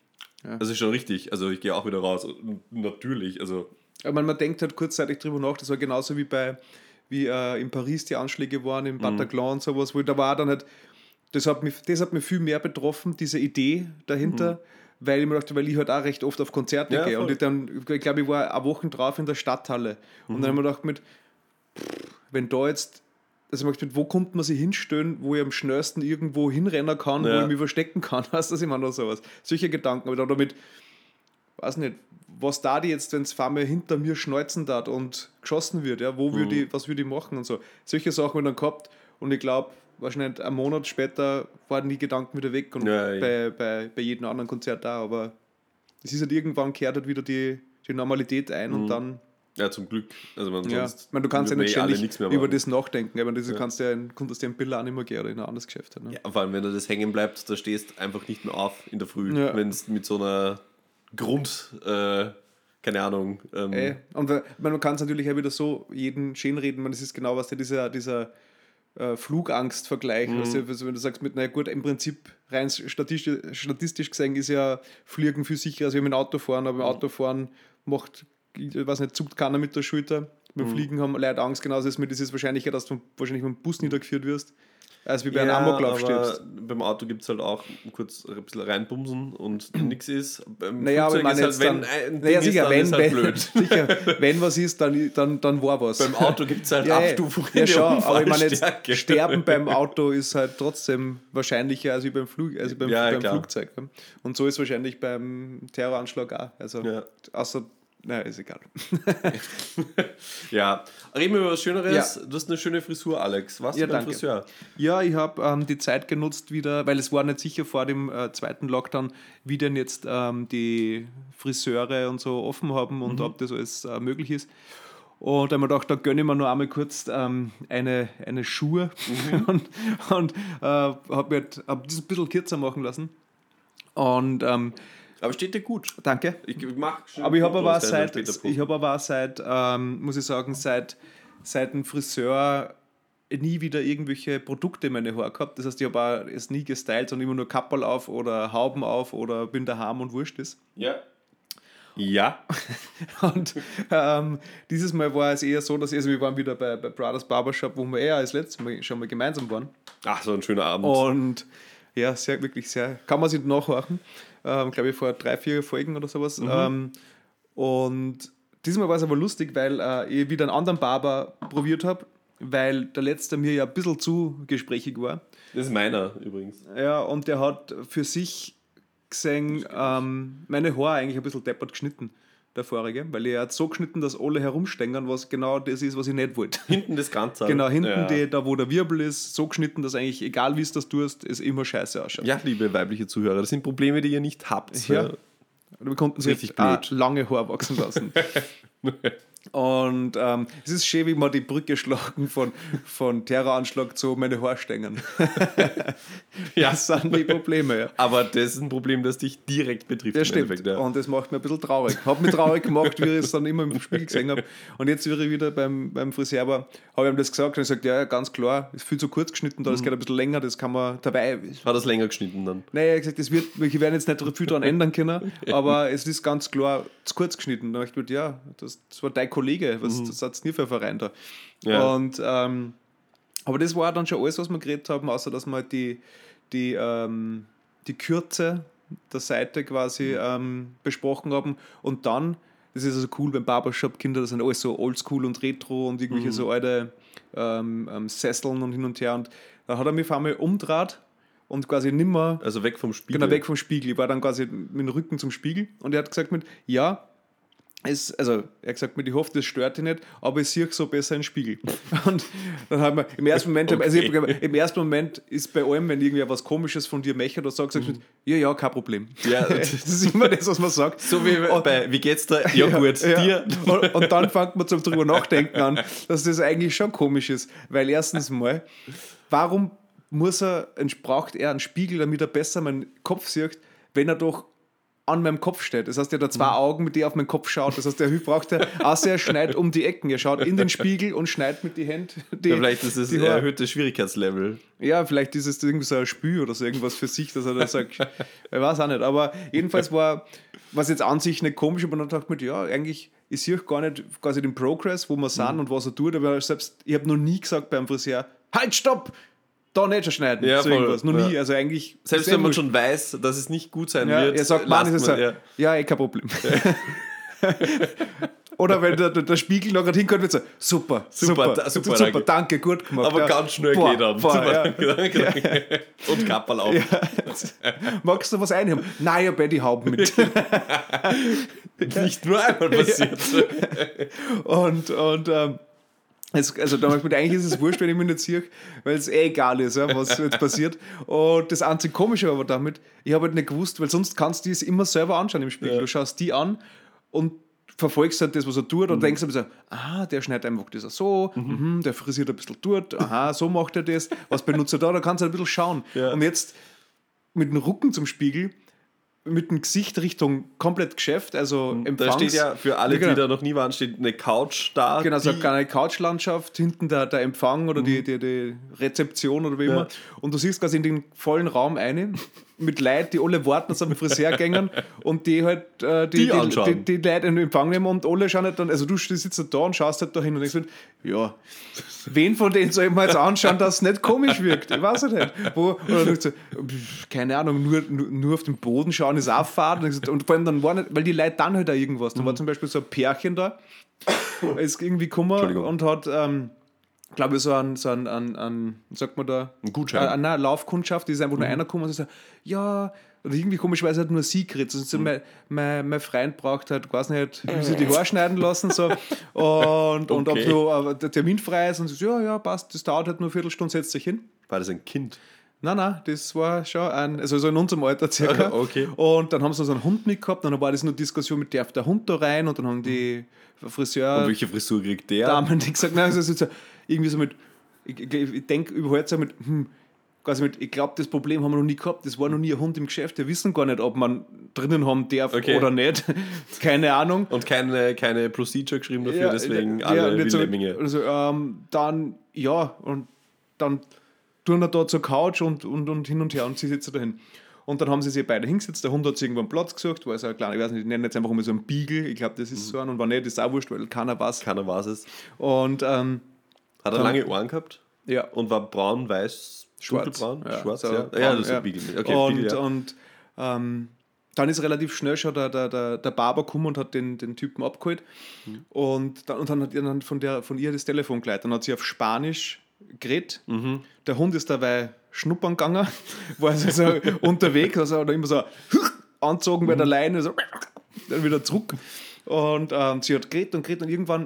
Ja. Also ist schon richtig. Also ich gehe auch wieder raus. Natürlich. Also. Aber man, man denkt halt kurzzeitig drüber nach, das war genauso wie bei wie äh, in Paris die Anschläge waren, im Bataclan mhm. und sowas, wo da war dann halt, das hat mich, das hat mich viel mehr betroffen, diese Idee dahinter, mhm. weil ich mir dachte, weil ich halt auch recht oft auf Konzerte ja, gehe. Voll. Und ich dann, ich glaube, ich war eine Woche drauf in der Stadthalle. Mhm. Und dann habe ich mir gedacht, mit, wenn da jetzt, also ich möchte, wo kommt man sich hinstellen, wo ich am schnellsten irgendwo hinrennen kann, ja. wo ich mich verstecken kann, weißt du, ich meine, oder sowas. Solche Gedanken, aber dann damit, weiß nicht, was da die jetzt, wenn es vor mir hinter mir schneuzen darf und geschossen wird, ja, wo mhm. würde ich, was würde ich machen und so. Solche Sachen habe ich dann gehabt und ich glaube, wahrscheinlich einen Monat später waren die Gedanken wieder weg und ja, bei, bei, bei jedem anderen Konzert da, aber es ist halt irgendwann kehrt halt wieder die, die Normalität ein mhm. und dann. Ja, zum Glück. Also man ja. sonst ich meine, du kannst ja nicht ständig über machen. das nachdenken, aber das ja. kannst du ja in, konntest du ja in Billa auch nicht mehr gehen oder in ein anderes Geschäft. Ne? Ja, vor allem, wenn du das hängen bleibt, da stehst einfach nicht mehr auf in der Früh, ja. wenn es mit so einer Grund, äh, keine Ahnung. Ähm, Ey, und ich meine, man kann es natürlich auch wieder so jeden schön reden, das ist genau was der dieser, dieser äh, Flugangst-Vergleich, mhm. weißt du, also wenn du sagst, mit, na gut, im Prinzip rein statistisch, statistisch gesehen ist ja Fliegen viel sicherer als mit dem Autofahren, aber im mhm. Autofahren macht, ich weiß nicht, zuckt keiner mit der Schulter. Beim mhm. Fliegen haben Leute Angst, genauso ist mit dieses Wahrscheinlicher, dass du wahrscheinlich mit dem Bus niedergeführt wirst. als wie bei ja, einem Amoklauf stirbst. Beim Auto gibt es halt auch kurz ein bisschen reinbumsen und nichts ist. Beim naja, Flugzeug aber ist halt, wenn ein naja, Ding sicher, ist, dann wenn, ist halt wenn, blöd. Sicher, wenn was ist, dann, dann, dann war was. Beim Auto gibt es halt ja, Abstufungen ja, der schon, aber ich meine jetzt, Unfallstärke. Sterben beim Auto ist halt trotzdem wahrscheinlicher als beim, Flug, also beim, ja, beim Flugzeug. Und so ist wahrscheinlich beim Terroranschlag auch. Also, ja. außer naja, ist egal. Ja, reden wir über was Schöneres. Ja. Du hast eine schöne Frisur, Alex. Warst ja, du beim danke. Friseur? Ja, ich habe ähm, die Zeit genutzt wieder, weil es war nicht sicher vor dem äh, zweiten Lockdown, wie denn jetzt ähm, die Friseure und so offen haben und mhm. ob das alles äh, möglich ist. Und da habe ich mir gedacht, da gönne ich mir noch einmal kurz ähm, eine, eine Schuhe mhm. und, und äh, habe halt, hab das ein bisschen kürzer machen lassen. Und ähm, aber steht dir gut. Danke. Ich mach aber ich habe aber seit, ich habe aber seit, ähm, muss ich sagen, seit, seit dem Friseur nie wieder irgendwelche Produkte in meine Haare gehabt. Das heißt, ich habe auch es nie gestylt, sondern immer nur Kapperl auf oder Hauben auf oder bin daheim und wurscht ist. Ja. Ja. Und ähm, dieses Mal war es eher so, dass also wir waren wieder bei, bei Brothers Barbershop, wo wir eher als letztes Mal schon mal gemeinsam waren. Ach, so ein schöner Abend. Und ja, sehr, wirklich sehr, kann man sich nachhorchen. Ähm, glaube ich, vor drei, vier Folgen oder sowas. Mhm. Ähm, und diesmal war es aber lustig, weil äh, ich wieder einen anderen Barber probiert habe, weil der letzte mir ja ein bisschen zu gesprächig war. Das ist meiner übrigens. Ja, und der hat für sich gesehen, ähm, meine Haare eigentlich ein bisschen deppert geschnitten, der vorige, weil er hat so geschnitten, dass alle herumstängern, was genau das ist, was ich nicht wollte. Hinten das Ganze. Genau, hinten ja. die, da wo der Wirbel ist, so geschnitten, dass eigentlich, egal wie es das tust, es immer scheiße ausschaut. Ja, liebe weibliche Zuhörer, das sind Probleme, die ihr nicht habt. Ja. Wir konnten sich lange Haare wachsen lassen. Und ähm, es ist schön, wie man die Brücke schlagen von, von Terroranschlag zu meine Haarstängen. Ja. Das sind die Probleme. Ja. Aber das ist ein Problem, das dich direkt betrifft. Ja, stimmt. Ja. Und das macht mir ein bisschen traurig. Hat mich traurig gemacht, wie ich es dann immer im Spiegel gesehen habe. Und jetzt, wie ich wieder beim, beim Friseur war, habe ich ihm das gesagt und er sagt, ja, ganz klar, ist viel zu kurz geschnitten, da das mhm. geht ein bisschen länger, das kann man dabei... Hat das länger geschnitten dann? Nein, er hat gesagt, das wird, wir werden jetzt nicht viel daran ändern können, aber es ist ganz klar zu kurz geschnitten. Da habe ich gedacht, ja, das, das war dein Kollege, was mhm. das hat es nie für ein Verein da. Ja. Und, ähm, aber das war dann schon alles, was wir geredet haben, außer dass wir halt die, die, ähm, die Kürze der Seite quasi ähm, besprochen haben. Und dann, das ist also cool beim Barbershop-Kinder, das sind alles so oldschool und retro und irgendwelche mhm. so alte ähm, ähm, Sesseln und hin und her. Und da hat er mich auf einmal umgedreht und quasi nimmer. Also weg vom Spiegel. Genau, weg vom Spiegel. Ich war dann quasi mit dem Rücken zum Spiegel und er hat gesagt mit, ja, es, also er hat gesagt, ich hoffe, das stört dich nicht, aber ich sehe so besser im Spiegel. Und dann haben wir im ersten Moment, okay. also ich, im ersten Moment ist bei allem, wenn irgendwer was Komisches von dir möchte oder sagt, sagst du, ja, ja, kein Problem. Ja, das ist immer das, was man sagt. So wie und, bei, wie geht's da? Ja, ja gut, ja. dir. Und, und dann fängt man zum drüber nachdenken an, dass das eigentlich schon komisch ist, weil erstens mal, warum muss er, braucht er einen Spiegel, damit er besser meinen Kopf sieht, wenn er doch an meinem Kopf steht. Das heißt, er hat da zwei Augen, mit denen er auf meinen Kopf schaut. Das heißt, der braucht er, außer er schneidet um die Ecken. Er schaut in den Spiegel und schneidet mit den Händen. Die, ja, vielleicht ist es ein erhöhtes Schwierigkeitslevel. Ja, vielleicht ist es irgendwie so ein Spiel oder so irgendwas für sich, dass er da sagt, ich weiß auch nicht. Aber jedenfalls war, was jetzt an sich nicht komisch, aber dann dachte ich mir, ja, eigentlich, ich sehe gar nicht quasi den Progress, wo wir sind mhm. und was er tut. Aber selbst, ich habe noch nie gesagt beim Friseur, halt, stopp! Da nicht schon schneiden. Ja, so voll, irgendwas. Noch ja. nie. Also eigentlich. Selbst wenn man wurscht. Schon weiß, dass es nicht gut sein ja, wird. Er sagt, Mann, ist man, ja. ja, eh kein Problem. Ja. Oder wenn der, der, der Spiegel noch gerade hinkommt, wird so, super, super, super, da, super, super danke. danke, gut gemacht. Aber ja. ganz schnell boah, geht dann. Boah, super, ja. Und Kapperl auf. Ja. Magst du was einhaben? Nein, ich habe die Hauben mit. Nicht nur einmal passiert. und und ähm, Es, also da ich, eigentlich ist es wurscht, wenn ich mich nicht sehe, weil es eh egal ist, ja, was jetzt passiert. Und das einzige Komische aber damit, ich habe halt nicht gewusst, weil sonst kannst du es immer selber anschauen im Spiegel. Ja. Du schaust die an und verfolgst halt das, was er tut und mhm. denkst ein bisschen, ah, der schneidet einfach das so, mhm. Mhm, der frisiert ein bisschen dort, aha, so macht er das, was benutzt er da, da kannst du halt ein bisschen schauen. Ja. Und jetzt mit dem Rücken zum Spiegel, mit dem Gesicht Richtung komplett Geschäft, also Empfangs. Da steht ja, für alle, die da noch nie waren, steht eine Couch da. Genau, so eine Couchlandschaft, hinten der, der Empfang oder mhm. die, die, die Rezeption oder wie immer. Ja. Und du siehst quasi in den vollen Raum eine mit Leuten, die alle warten, dass am Friseur gängen und die halt äh, die, die, die, die, die Leute in den Empfang nehmen und alle schauen halt dann, also du sitzt da und schaust halt da hin und denkst, ja, wen von denen soll ich mir jetzt anschauen, dass es nicht komisch wirkt? Ich weiß es nicht. Wo, oder du so, keine Ahnung, nur, nur, nur auf den Boden schauen ist auch fad. Und vor allem dann war nicht, weil die Leute dann halt auch irgendwas. Da mhm. war zum Beispiel so ein Pärchen da, ist irgendwie gekommen und hat, ähm, glaube ich, so ein, so ein, ein, ein, sagt man da? Ein Gutschein. Eine, eine Laufkundschaft, die ist einfach mhm. nur einer gekommen und so, ja, oder irgendwie komischerweise hat nur sie geredet. Also mhm. mein, mein, mein Freund braucht halt, ich weiß nicht, will sich die Haare schneiden lassen so. und, und okay. ob so der Termin frei ist und so, ja, ja, passt, das dauert halt nur eine Viertelstunde, setzt sich hin. War das ein Kind? Nein, nein, das war schon ein, also so in unserem Alter circa. Okay. Und dann haben sie so einen Hund mitgehabt, dann war das nur Diskussion mit, darf der Hund da rein? Und dann haben die Friseur... Und welche Frisur kriegt der? Damen, die gesagt, nein, also so, irgendwie so mit, ich, ich, ich denke überhaupt so mit, hm, quasi mit, ich glaube, das Problem haben wir noch nie gehabt, das war noch nie ein Hund im Geschäft, wir wissen gar nicht, ob man drinnen haben darf okay. oder nicht, keine Ahnung. Und keine, keine Procedure geschrieben dafür, ja, deswegen ja, alle wilde so, Lemminge. Also ähm, dann, ja, und dann tun wir da zur Couch und, und, und hin und her und sie sitzen dahin. Und dann haben sie sich beide hingesetzt, der Hund hat sich irgendwann Platz gesucht, weil es ein kleiner, ich weiß nicht, ich nenne jetzt einfach mal so einen Beagle, ich glaube, das ist mhm. so ein, und wenn nicht, ist es auch wurscht, weil keiner weiß. Keiner weiß es. Und, ähm, hat er dann, lange Ohren gehabt? Ja. Und war braun, weiß, schwarz. Dunkelbraun? Ja, schwarz, so ja. braun, Ja, das ist ja. ein Beagle. Okay, und Beagle, ja. und ähm, dann ist relativ schnell schon der, der, der, der Barber gekommen und hat den, den Typen abgeholt. Mhm. Und, dann, und dann hat ihr dann von, der, von ihr das Telefon geleitet. Dann hat sie auf Spanisch geredet. Mhm. Der Hund ist dabei schnuppern gegangen, war also so unterwegs, also hat er immer so angezogen bei der Leine, so dann wieder zurück. Und ähm, sie hat geredet und geredet und irgendwann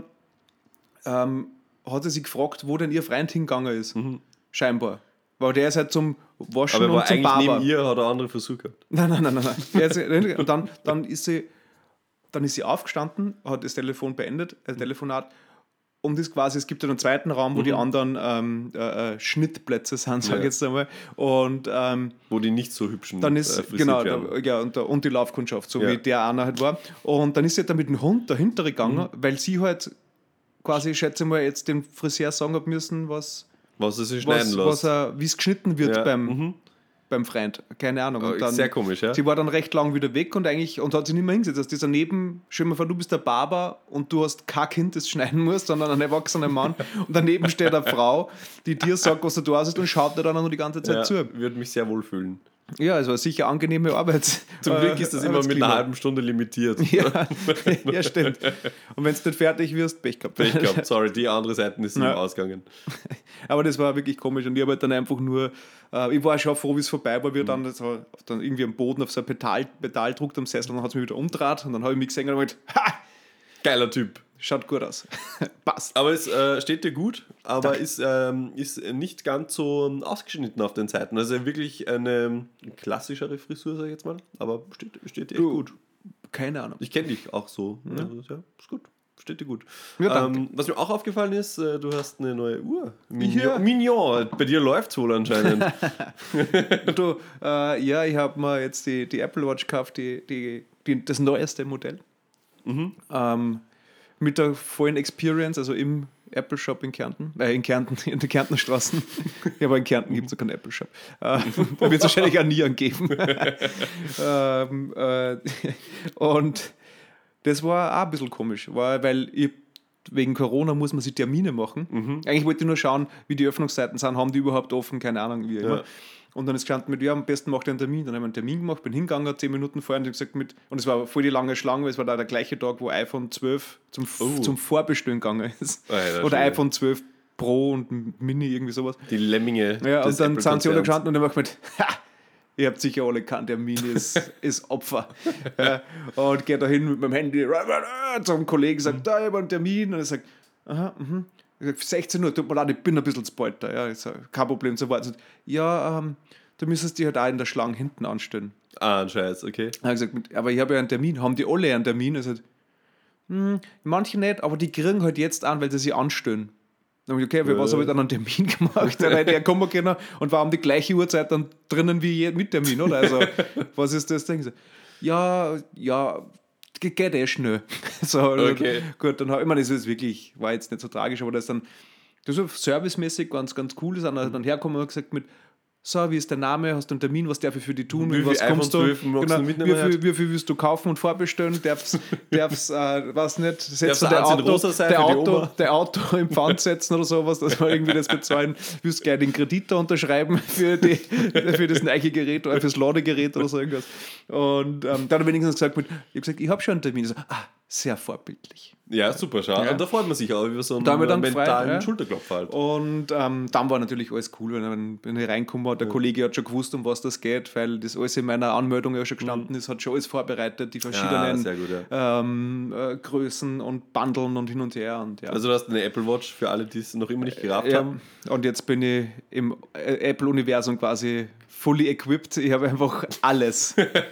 ähm, hat sie sich gefragt, wo denn ihr Freund hingegangen ist. Mhm. Scheinbar. Weil der ist halt zum Waschen aber und zum Barber. Aber neben ihr hat er andere Versuche gehabt. Nein, nein, nein, nein. nein. Und dann, dann, ist sie, dann ist sie aufgestanden, hat das Telefon beendet, ein Telefonat, und ist quasi, es gibt ja einen zweiten Raum, wo mhm. die anderen ähm, äh, Schnittplätze sind, sage ich ja. jetzt einmal. Und, ähm, wo die nicht so hübschen dann ist, äh, genau, da, ja, und, und die Laufkundschaft, so ja. wie der einer halt war. Und dann ist sie halt dann mit dem Hund dahinter gegangen, mhm. weil sie halt quasi, ich schätze mal, jetzt dem Friseur sagen hat müssen, was, was, es schneiden was, was er, wie es geschnitten wird ja. beim, mhm. beim Freund. Keine Ahnung. Und dann, sehr komisch, ja. Sie war dann recht lang wieder weg und eigentlich und hat sich nicht mehr hingesetzt. Also dieser Neben, stell dir mal vor, du bist der Barber und du hast kein Kind, das schneiden muss, sondern ein erwachsener Mann. Und daneben steht eine Frau, die dir sagt, was du da hast und schaut dir dann nur die ganze Zeit ja, zu. Würde mich sehr wohl fühlen. Ja, also sicher angenehme Arbeit. Zum Glück ist das immer mit einer halben Stunde limitiert. Ja, ja stimmt. Und wenn du nicht fertig wirst, Pech gehabt. Pech gehabt, sorry, die andere Seite ist ja. ausgegangen. Aber das war wirklich komisch und ich habe halt dann einfach nur, äh, ich war schon froh, wie es vorbei war, wie mhm. dann, das war, dann irgendwie am Boden auf so ein Pedal, Pedal druckt am Sessel und dann hat es mich wieder umgedreht und dann habe ich mich gesehen und gedacht, ha! Geiler Typ. Schaut gut aus. Passt. Aber es äh, steht dir gut, aber ist, ähm, ist nicht ganz so ausgeschnitten auf den Seiten. Also wirklich eine klassischere Frisur, sag ich jetzt mal. Aber steht, steht dir echt gut. Keine Ahnung. Ich kenne dich auch so. Ja. Also, ja, ist gut. Steht dir gut. Ja, ähm, was mir auch aufgefallen ist, äh, du hast eine neue Uhr. Mignon. Ja. Mignon. Bei dir läuft es wohl anscheinend. du, äh, ja, ich habe mir jetzt die, die Apple Watch gekauft, die, die die, das neueste Modell. Mhm. Ähm, mit der vollen Experience, also im Apple Shop in Kärnten, äh, in Kärnten, in den Kärntnerstraßen. Ja, aber in Kärnten gibt es ja keinen Apple Shop. Äh, da wird es wahrscheinlich auch nie angeben. ähm, äh, und das war auch ein bisschen komisch, war, weil ich, wegen Corona muss man sich Termine machen. Mhm. Eigentlich wollte ich nur schauen, wie die Öffnungszeiten sind, haben die überhaupt offen, keine Ahnung, wie immer. Ja. Und dann ist gestanden mit, ja, am besten macht ihr einen Termin. Dann haben wir einen Termin gemacht, bin hingegangen, zehn Minuten vorher und hab gesagt mit, und es war voll die lange Schlange, weil es war da der gleiche Tag, wo iPhone zwölf zum, Oh. zum Vorbestellen gegangen ist. Alter, Oder schön. iPhone zwölf Pro und Mini, irgendwie sowas. Die Lemminge. Ja, und des dann sind sie alle Apple-Konzerns. gestanden und haben gesagt, ha, ihr habt sicher alle keinen Termin, ist, ist Opfer. Ja, und geht da hin mit meinem Handy zum Kollegen, sagt, da, ich habe einen Termin. Und er sagt, aha, mhm. Ich sag, sechzehn Uhr, tut mir leid, ich bin ein bisschen zu bald da. Ja, ich sag, kein Problem, so warten. Ja, ähm, du müsstest dich halt auch in der Schlange hinten anstellen. Ah, ein Scheiß, okay. Dann habe ich gesagt, aber ich habe ja einen Termin. Haben die alle einen Termin? Er sagt, hm, manche nicht, aber die kriegen halt jetzt an, weil sie sich anstellen. Dann habe ich gesagt, okay, für was habe ich dann einen Termin gemacht? Dann hätte er kommen können und war um die gleiche Uhrzeit dann drinnen wie je- mit Termin, oder? Also, was ist das Ding? So, Ja, ja, ge- geht eh schnell. So, Okay. Gut, dann habe ich meine, das ist wirklich, war jetzt nicht so tragisch, aber das ist dann, das ist servicemäßig ganz, ganz cool. Sind dann hergekommen und gesagt mit, so, wie ist der Name, hast du einen Termin, was darf ich für die tun, Wie und was viel kommst du, iPhone zwölf magst genau, du wie, mitnehmen viel, jetzt? wie viel willst du kaufen und vorbestellen, darfst, darfst äh, was nicht, setzt Darfst du du der eins in Auto, rosa sein der, für die Auto, Oma? der Auto im Pfand setzen oder sowas, dass wir irgendwie das bezahlen, willst du gleich den Kredit da unterschreiben für, die, für das neue Gerät oder fürs Ladegerät oder so irgendwas. Und ähm, dann habe ich wenigstens gesagt, mit, ich habe gesagt, ich habe schon einen Termin. Ich so, ah, sehr vorbildlich. Ja, super, schau. Ja. Und da freut man sich auch über so einen Da haben wir dann mentalen gefreut, ja. Schulterklopfer halt. Und ähm, dann war natürlich alles cool, wenn, wenn ich reinkomme. Der Kollege hat schon gewusst, um was das geht, weil das alles in meiner Anmeldung ja schon gestanden ist, hat schon alles vorbereitet, die Ja, verschiedenen sehr gut, ja. ähm, äh, Größen und Bundeln und hin und her. Und, ja. Also du hast eine Apple Watch für alle, die es noch immer nicht gerafft ja. haben. Und jetzt bin ich im äh, Apple-Universum quasi fully equipped. Ich habe einfach alles.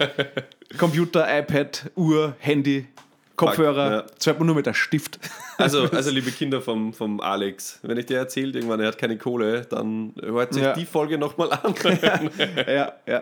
Computer, iPad, Uhr, Handy, Kopfhörer. Ja. Jetzt hört man nur mit der Stift. Also, also liebe Kinder vom, vom Alex, wenn ich dir erzählt, irgendwann er hat keine Kohle, dann hört sich Ja. die Folge nochmal an. ja, ja, ja.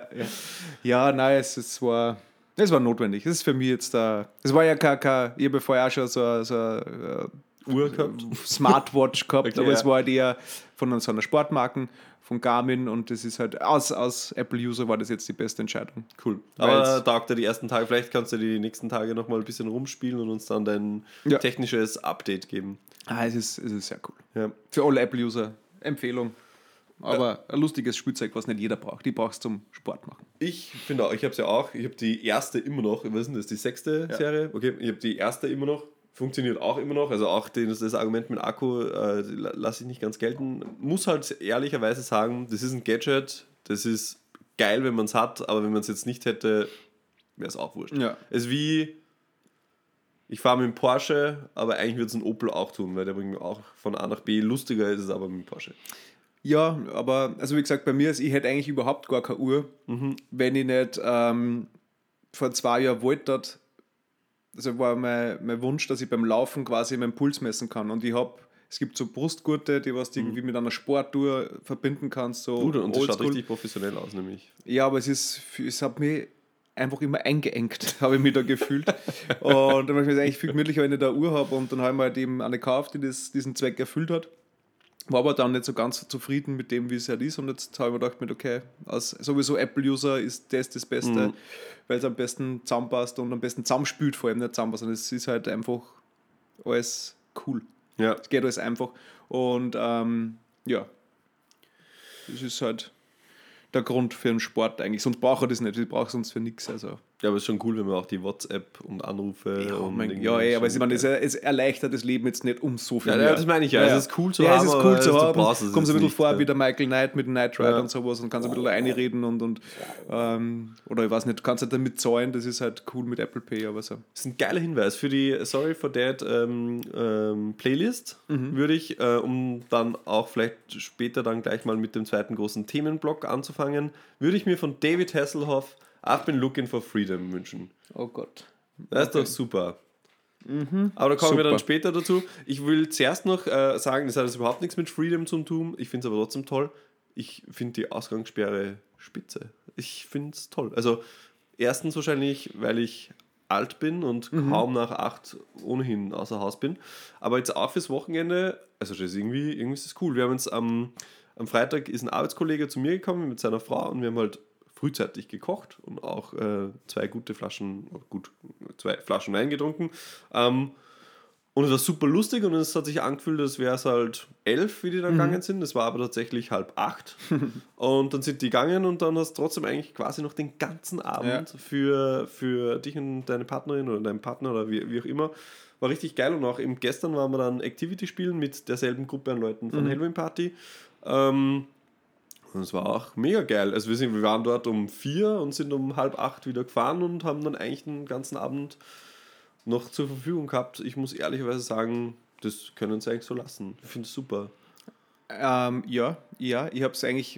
Ja, nein, es, es war... Es war notwendig. Das ist für mich jetzt da. Es war ja kein, kein ich habe vorher auch schon so, so eine Uhr gehabt. Smartwatch gehabt, Okay, aber ja. es war halt eher von so einer Sportmarken, von Garmin, und das ist halt, aus, aus Apple-User war das jetzt die beste Entscheidung. Cool. Weil's- Aber taugt er die ersten Tage, vielleicht kannst du die nächsten Tage nochmal ein bisschen rumspielen und uns dann dein Ja. technisches Update geben. Ah, es ist, es ist sehr cool. Ja. Für alle Apple-User Empfehlung. Aber ein lustiges Spielzeug, was nicht jeder braucht. Die brauchst du zum Sport machen. Ich finde auch, ich habe es ja auch, ich habe die erste immer noch, was ist denn das, die sechste Ja. Serie? Okay, ich habe die erste immer noch, funktioniert auch immer noch, also auch den, das Argument mit Akku äh, lasse ich nicht ganz gelten. Muss halt ehrlicherweise sagen, das ist ein Gadget, das ist geil, wenn man es hat, aber wenn man es jetzt nicht hätte, wäre es auch wurscht. Ja. Es ist wie, ich fahre mit dem Porsche, aber eigentlich würde es ein Opel auch tun, weil der bringt mir auch von A nach B. Lustiger ist es aber mit dem Porsche. Ja, aber, also wie gesagt, bei mir ist, ich hätte eigentlich überhaupt gar keine Uhr, wenn ich nicht ähm, vor zwei Jahren wollte, also war mein, mein Wunsch, dass ich beim Laufen quasi meinen Puls messen kann. Und ich habe, es gibt so Brustgurte, die was du irgendwie mit einer Sportuhr verbinden kannst. So Gut, und das schaut oldschool. richtig professionell aus, nämlich. Ja, aber es ist, es hat mich einfach immer eingeengt, habe ich mich da gefühlt. Und dann habe ich mir eigentlich viel gemütlicher, wenn ich da eine Uhr habe. Und dann habe ich mir halt eben eine gekauft, die das, diesen Zweck erfüllt hat. War aber dann nicht so ganz zufrieden mit dem, wie es halt ist. Und jetzt habe ich mir gedacht, mit, okay, als sowieso Apple-User ist das das Beste, Mhm. weil es am besten zusammenpasst und am besten zusammenspült, vor allem nicht zusammenpasst. Und es ist halt einfach alles cool. Ja. Es geht alles einfach. Und ähm, ja, das ist halt der Grund für den Sport eigentlich. Sonst brauche ich das nicht. Ich brauche sonst für nichts. Also. Ja, aber es ist schon cool, wenn man auch die WhatsApp und Anrufe Ja, und mein, irgendwie ja, ey, aber es, ich schon- meine, es, es erleichtert das Leben jetzt nicht um so viel Ja, mehr. ja, das meine ich ja. Es ist cool zu ja, haben, es ist aber cool zu du haben. brauchst es Kommst du ein jetzt bisschen vor nicht, wie der Michael Knight mit dem Knight Rider Ja. und sowas und kannst ein bisschen einreden und, und ähm, oder ich weiß nicht, du kannst halt damit zahlen, das ist halt cool mit Apple Pay, aber so. Das ist ein geiler Hinweis für die Sorry for Dad ähm, ähm, Playlist. Mhm. Würde ich, äh, um dann auch vielleicht später dann gleich mal mit dem zweiten großen Themenblock anzufangen, würde ich mir von David Hasselhoff I've been looking for freedom wünschen. Oh Gott. Das ist doch super. Aber da kommen wir dann Super. später dazu. Ich will zuerst noch äh, sagen, das hat jetzt überhaupt nichts mit Freedom zu tun. Ich finde es aber trotzdem toll. Ich finde die Ausgangssperre spitze. Ich finde es toll. Also erstens wahrscheinlich, weil ich alt bin und mhm. kaum nach acht ohnehin außer Haus bin. Aber jetzt auch fürs Wochenende, also das ist irgendwie, irgendwie ist das cool. Wir haben jetzt am, am Freitag ist ein Arbeitskollege zu mir gekommen mit seiner Frau und wir haben halt frühzeitig gekocht und auch äh, zwei gute Flaschen, gut, zwei Flaschen Wein getrunken. Ähm, und es war super lustig und es hat sich angefühlt, als wäre es halt elf, wie die dann mhm. gegangen sind. Es war aber tatsächlich halb acht. Und dann sind die gegangen und dann hast du trotzdem eigentlich quasi noch den ganzen Abend ja. für, für dich und deine Partnerin oder deinen Partner oder wie, wie auch immer. War richtig geil und auch eben gestern waren wir dann Activity spielen mit derselben Gruppe an Leuten von mhm. Halloween Party. Ähm, und es war auch mega geil. Also wir, sind, wir waren dort um vier und sind um halb acht wieder gefahren und haben dann eigentlich den ganzen Abend noch zur Verfügung gehabt. Ich muss ehrlicherweise sagen, das können sie eigentlich so lassen. Ich finde es super. Ähm, ja, ja, ich habe es eigentlich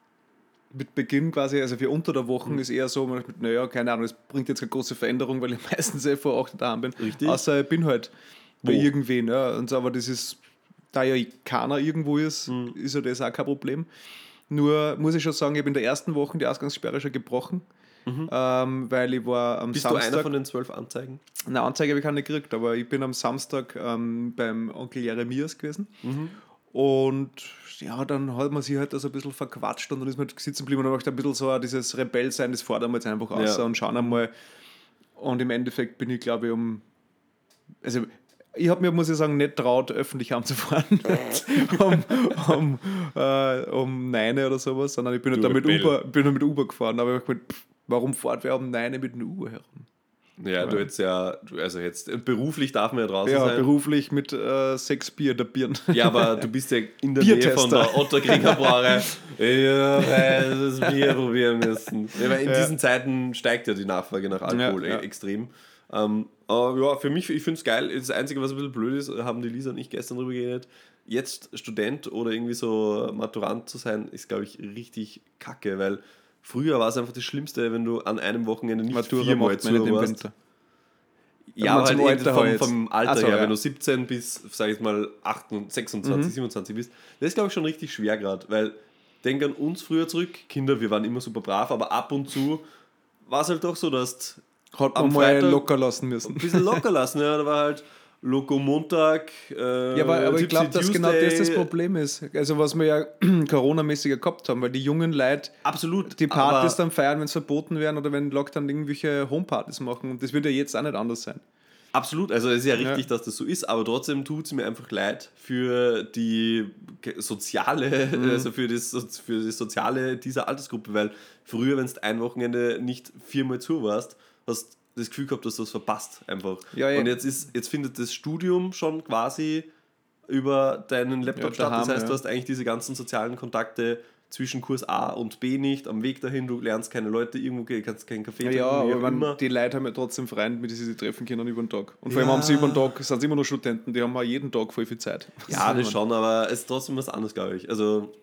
mit Beginn quasi, also für unter der Woche mhm. ist eher so, naja, keine Ahnung, es bringt jetzt keine große Veränderung, weil ich meistens eh vor acht daheim bin. Richtig. Außer ich bin halt bei irgendwen. Ja. Und so, aber das ist, da ja keiner irgendwo ist, mhm. ist ja das auch kein Problem. Nur muss ich schon sagen, ich habe in der ersten Woche die Ausgangssperre schon gebrochen. Mhm. Ähm, weil ich war am Bist Samstag... Bist du einer von den zwölf Anzeigen? Eine Anzeige habe ich keine gekriegt, aber ich bin am Samstag ähm, beim Onkel Jeremias gewesen. Mhm. Und ja, dann hat man sich halt so ein bisschen verquatscht und dann ist man sitzen geblieben und dann macht ein bisschen so dieses Rebellsein, das fordern wir jetzt einfach aus ja. und schauen einmal. Und im Endeffekt bin ich, glaube ich, um... Also ich habe mir, muss ich sagen, nicht traut, öffentlich anzufahren um, um, äh, um neun oder sowas, sondern ich bin halt da mit Uber, bin halt mit Uber gefahren. Aber ich habe gedacht, warum fährt wer um neun mit dem Uber herum? Ja, ja, du jetzt ja, also jetzt beruflich darf man ja draußen ja, sein. Ja, beruflich mit äh, sechs Bier der Bieren. Ja, aber du bist ja in der Nähe von der Otterkringer Brauerei. Ja, weil das Bier probieren müssen. Ja, weil in ja. diesen Zeiten steigt ja die Nachfrage nach Alkohol ja, ja. extrem. Ähm, aber ja, für mich, ich finde es geil. Das Einzige, was ein bisschen blöd ist, haben die Lisa und ich gestern drüber geredet, jetzt Student oder irgendwie so Maturant zu sein, ist, glaube ich, richtig kacke, weil früher war es einfach das Schlimmste, wenn du an einem Wochenende nicht Matura viermal zu warst. Ja, aber halt Alter vom, vom Alter so, her, ja. wenn du siebzehn bis, sag ich mal, achtundzwanzig, sechsundzwanzig, mhm. siebenundzwanzig bist, das ist, glaube ich, schon richtig schwer gerade, weil denk an uns früher zurück, Kinder, wir waren immer super brav, aber ab und zu war es halt doch so, dass hat man mal Freitag locker lassen müssen. Ein bisschen locker lassen, ja, da war halt Loco Montag, äh, ja, aber, aber ich glaube, dass genau das das Problem ist. Also was wir ja Corona-mäßiger gehabt haben, weil die jungen Leute absolut die Partys dann feiern, wenn es verboten werden oder wenn Lockdown irgendwelche Homepartys machen und das wird ja jetzt auch nicht anders sein. Absolut, also es ist ja richtig, ja. dass das so ist, aber trotzdem tut es mir einfach leid für die soziale, mhm. also für das, für das Soziale dieser Altersgruppe, weil früher, wenn du ein Wochenende nicht viermal zu warst, hast das Gefühl gehabt, dass du das verpasst einfach. Ja, ja. Und jetzt ist, jetzt findet das Studium schon quasi über deinen Laptop ja, statt. Das heißt, ja. du hast eigentlich diese ganzen sozialen Kontakte zwischen Kurs A und B nicht. Am Weg dahin, du lernst keine Leute, irgendwo kannst keinen Kaffee trinken. Ja, aber man, die Leute haben ja trotzdem Freunde, mit denen sie treffen können über den Tag. Und vor allem ja. haben sie über den Tag, sind sie immer noch Studenten, die haben auch jeden Tag voll viel Zeit. Ja, das schon, aber es ist trotzdem was anderes, glaube ich. Also,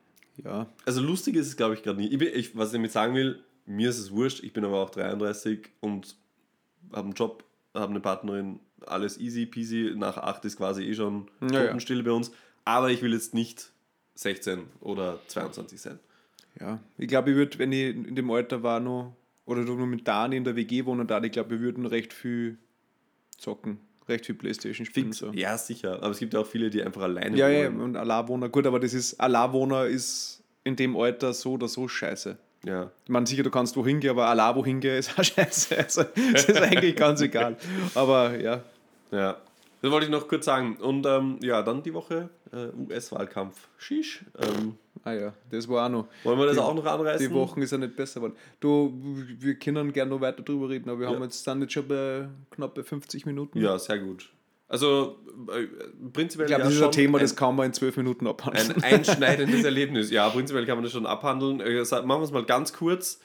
ja. also lustig ist es, glaube ich, gerade nicht. Ich bin, ich, was ich damit sagen will, mir ist es wurscht, ich bin aber auch dreiunddreißig und habe einen Job, habe eine Partnerin, alles easy peasy, nach acht ist quasi eh schon ja, Totenstille ja. bei uns, aber ich will jetzt nicht sechzehn oder zweiundzwanzig sein. Ja, ich glaube, ich würde, wenn ich in dem Alter war noch, oder nur mit Dani in der W G wohnen, da, ich glaube, wir würden recht viel zocken, recht viel Playstation spielen. So. Ja, sicher, aber es gibt ja auch viele, die einfach alleine ja, wohnen. Ja, und Alleinwohner, gut, aber das ist, Alleinwohner ist in dem Alter so oder so scheiße. Ja. Ich meine, sicher, du kannst wohin gehen, aber allein wohin gehen ist auch scheiße. Also, das ist eigentlich ganz egal. Aber ja. Ja, das wollte ich noch kurz sagen. Und ähm, ja, dann die Woche äh, U S-Wahlkampf. Shish. Ähm, ah ja, das war auch noch. Wollen wir das die, auch noch anreißen? Die Wochen ist ja nicht besser geworden. Du, wir können gerne noch weiter drüber reden, aber wir ja. haben jetzt dann jetzt schon bei knapp bei fünfzig Minuten. Ja, sehr gut. Also äh, prinzipiell. Ich glaube, ja, das ist ein Thema, das kann man in zwölf Minuten abhandeln. Ein einschneidendes Erlebnis. Ja, prinzipiell kann man das schon abhandeln. Äh, machen wir es mal ganz kurz.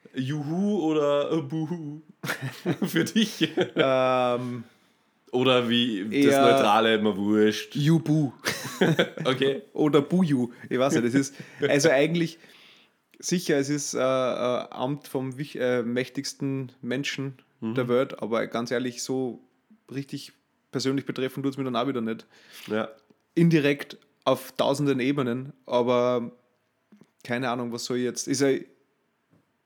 Juhu oder äh, Buhu für dich? Ähm, oder wie das Neutrale immer wurscht. Jubu. Okay. Oder Buju. Ich weiß nicht, das ist also eigentlich sicher, es ist äh, ein Amt vom äh, mächtigsten Menschen mhm. der Welt, aber ganz ehrlich, so richtig persönlich betreffen tut es mich dann auch wieder nicht. Ja. Indirekt auf tausenden Ebenen, aber keine Ahnung, was soll ich jetzt. Ist ja,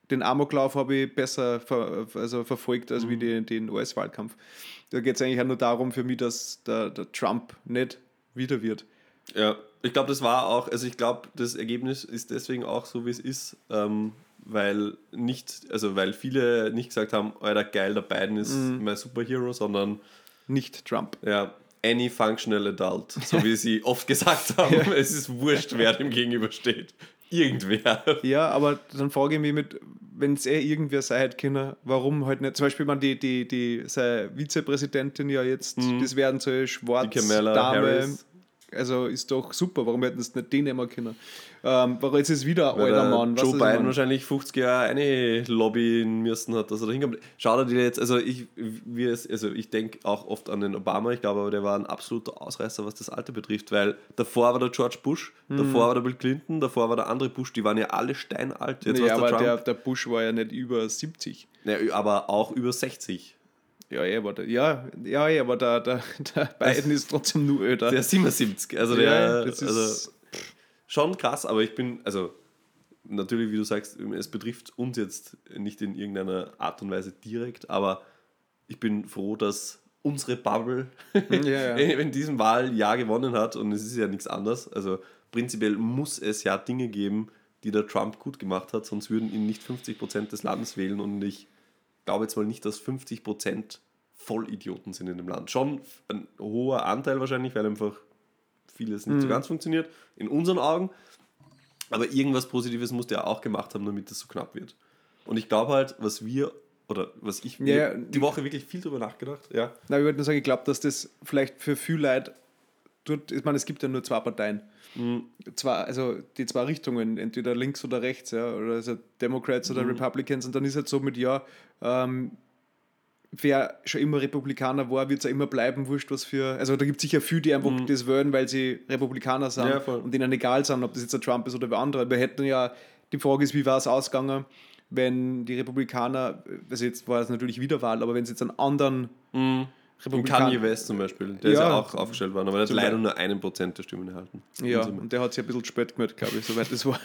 den Amoklauf habe ich besser ver, also verfolgt als Mhm. wie den, den U S-Wahlkampf. Da geht es eigentlich auch nur darum für mich, dass der, der Trump nicht wieder wird. Ja, ich glaube, das war auch, also ich glaube, das Ergebnis ist deswegen auch so, wie es ist, ähm, weil nicht, also weil viele nicht gesagt haben, Alter, geil, der Biden ist Mhm. mein Superhero, sondern Nicht Trump. ja, any functional adult, so wie sie oft gesagt haben. Ja. Es ist wurscht, wer dem gegenübersteht. Irgendwer. Ja, aber dann frage ich mich mit, wenn es eh irgendwer sein hätte können, warum halt nicht, zum Beispiel man die, die, die seine Vizepräsidentin ja jetzt, das werden so eine schwarze Die Kamala Dame, Harris. also ist doch super, warum hätten sie nicht den nehmen können? Ähm, warum jetzt ist wieder ein Weil alter der Mann? Joe weißt du, was ich Biden meine? wahrscheinlich fünfzig Jahre eine lobbyen müssen hat, dass er da hinkommt. Schau dir jetzt, also ich, wie es, also ich denke auch oft an den Obama, ich glaube aber, der war ein absoluter Ausreißer, was das Alter betrifft, weil davor war der George Bush, Mhm. davor war der Bill Clinton, davor war der andere Bush, die waren ja alle steinalt. Jetzt Nee, war's aber der der, Trump, der Bush war ja nicht über siebzig. ja, aber auch über sechzig. Ja, ja, aber der, ja, ja, ja, aber der, der, der Biden ist trotzdem nur öder. Der ist siebenundsiebzig, also der, ja, das ist, also schon krass, aber ich bin, also natürlich, wie du sagst, es betrifft uns jetzt nicht in irgendeiner Art und Weise direkt, aber ich bin froh, dass unsere Bubble ja. in diesem Wahljahr gewonnen hat und es ist ja nichts anderes. Also prinzipiell muss es ja Dinge geben, die der Trump gut gemacht hat, sonst würden ihn nicht fünfzig Prozent des Landes wählen und ich glaube jetzt mal nicht, dass fünfzig Prozent Vollidioten sind in dem Land. Schon ein hoher Anteil wahrscheinlich, weil einfach vieles nicht so ganz funktioniert, in unseren Augen. Aber irgendwas Positives muss der auch gemacht haben, damit es so knapp wird. Und ich glaube halt, was wir, oder was ich mir Ja, die Woche wirklich viel drüber nachgedacht, ja. Na, ich wollte nur sagen, ich glaube, dass das vielleicht für viele Leute tut, ich meine, es gibt ja nur zwei Parteien. Mhm. Zwei, also die zwei Richtungen, entweder links oder rechts, ja, oder also Democrats oder Mhm. Republicans, und dann ist halt so mit, ja, ähm, wer schon immer Republikaner war, wird es ja immer bleiben, wurscht was für, also da gibt es sicher viele, die einfach Mhm. das wählen, weil sie Republikaner sind Ja, voll. und denen egal sind, ob das jetzt der Trump ist oder wer andere. Wir hätten ja, die Frage ist, wie war es ausgegangen, wenn die Republikaner, also jetzt war es natürlich Wiederwahl, aber wenn sie jetzt einen anderen Mhm. In Republikaner... Kanye West zum Beispiel, der ist Ja. ja auch aufgestellt worden, aber der hat Zum leider Beispiel. nur einen Prozent der Stimmen erhalten. Ja, In Summe. und der hat sich ein bisschen spät gemeldet, glaube ich, soweit das war.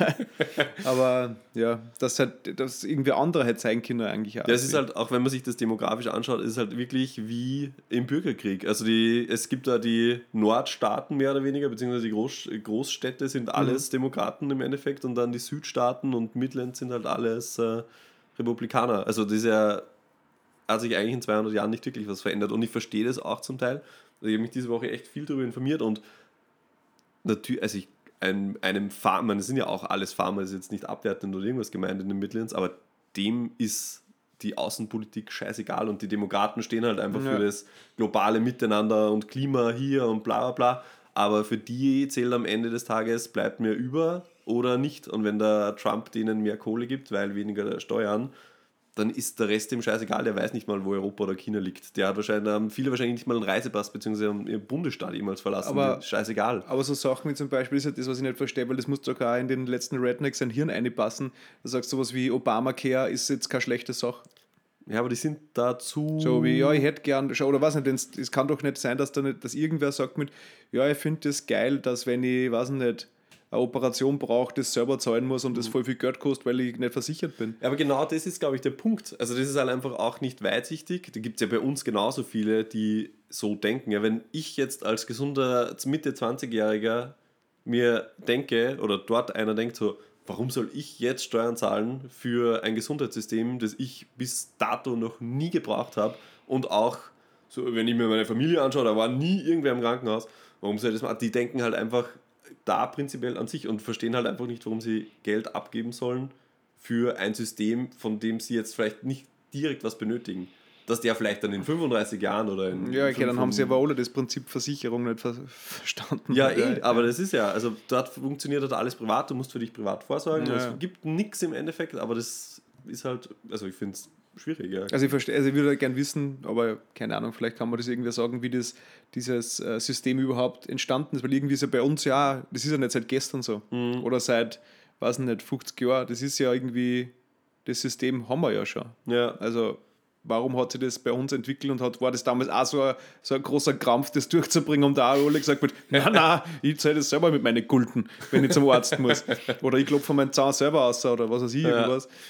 Aber ja, dass halt, dass irgendwie andere hätte sein können eigentlich auch. Ja, es ist halt, auch wenn man sich das demografisch anschaut, ist es halt wirklich wie im Bürgerkrieg. Also die, es gibt da die Nordstaaten mehr oder weniger, beziehungsweise die Groß, Großstädte sind alles Demokraten im Endeffekt und dann die Südstaaten und Midland sind halt alles äh, Republikaner. Also das ist ja, hat sich eigentlich in zweihundert Jahren nicht wirklich was verändert und ich verstehe das auch zum Teil. Also ich habe mich diese Woche echt viel darüber informiert und natürlich, also ich, ein, einem Farmer, das sind ja auch alles Farmer, das ist jetzt nicht abwertend oder irgendwas gemeint in den Midlands, aber dem ist die Außenpolitik scheißegal und die Demokraten stehen halt einfach Ja. für das globale Miteinander und Klima hier und bla bla bla, aber für die zählt am Ende des Tages, bleibt mehr über oder nicht und wenn der Trump denen mehr Kohle gibt, weil weniger Steuern, dann ist der Rest dem scheißegal, der weiß nicht mal, wo Europa oder China liegt. Der hat wahrscheinlich, haben viele wahrscheinlich nicht mal einen Reisepass, beziehungsweise haben ihren Bundesstaat jemals verlassen. Aber- Das ist scheißegal. Aber so Sachen wie zum Beispiel ist ja das, was ich nicht verstehe, weil das muss doch auch in den letzten Rednecks sein Hirn einpassen. Da sagst du sowas wie Obamacare ist jetzt keine schlechte Sache. Ja, aber die sind dazu. So wie, ja, ich hätte gern, schau, oder was nicht, wenn's- es kann doch nicht sein, dass da nicht, dass irgendwer sagt mit, ja, ich finde das geil, dass wenn ich, weiß nicht, eine Operation brauche, das selber zahlen muss und das voll viel Geld kostet, weil ich nicht versichert bin. Ja, aber genau das ist, glaube ich, der Punkt. Also das ist halt einfach auch nicht weitsichtig. Da gibt es ja bei uns genauso viele, die so denken. Ja, wenn ich jetzt als gesunder Mitte zwanzigjähriger mir denke, oder dort einer denkt so, warum soll ich jetzt Steuern zahlen für ein Gesundheitssystem, das ich bis dato noch nie gebraucht habe und auch, so, wenn ich mir meine Familie anschaue, da war nie irgendwer im Krankenhaus, warum soll ich das machen? Die denken halt einfach da prinzipiell an sich und verstehen halt einfach nicht, warum sie Geld abgeben sollen für ein System, von dem sie jetzt vielleicht nicht direkt was benötigen. Dass der vielleicht dann in fünfunddreißig Jahren oder in... Ja, okay, dann haben sie fünf- aber alle das Prinzip Versicherung nicht ver verstanden. Ja, eh, aber das ist ja, also dort funktioniert halt alles privat, du musst für dich privat vorsorgen, Ja. es gibt nichts im Endeffekt, aber das ist halt, also ich finde es schwierig, ja. Also ich verstehe, also ich würde gerne wissen, aber keine Ahnung, vielleicht kann man das irgendwie sagen, wie das, dieses äh, System überhaupt entstanden ist, weil irgendwie ist ja bei uns ja, das ist ja nicht seit gestern so Mhm. oder seit, weiß nicht, fünfzig Jahren, das ist ja irgendwie, das System haben wir ja schon. Ja, Also warum hat sich das bei uns entwickelt und hat, war das damals auch so ein, so ein großer Krampf, das durchzubringen, und da auch alle gesagt wird, nein, nein, ich zahle das selber mit meinen Gulden, wenn ich zum Arzt muss. Oder ich klopfe meinen Zahn selber aus oder was weiß ich, Ja. irgendwas.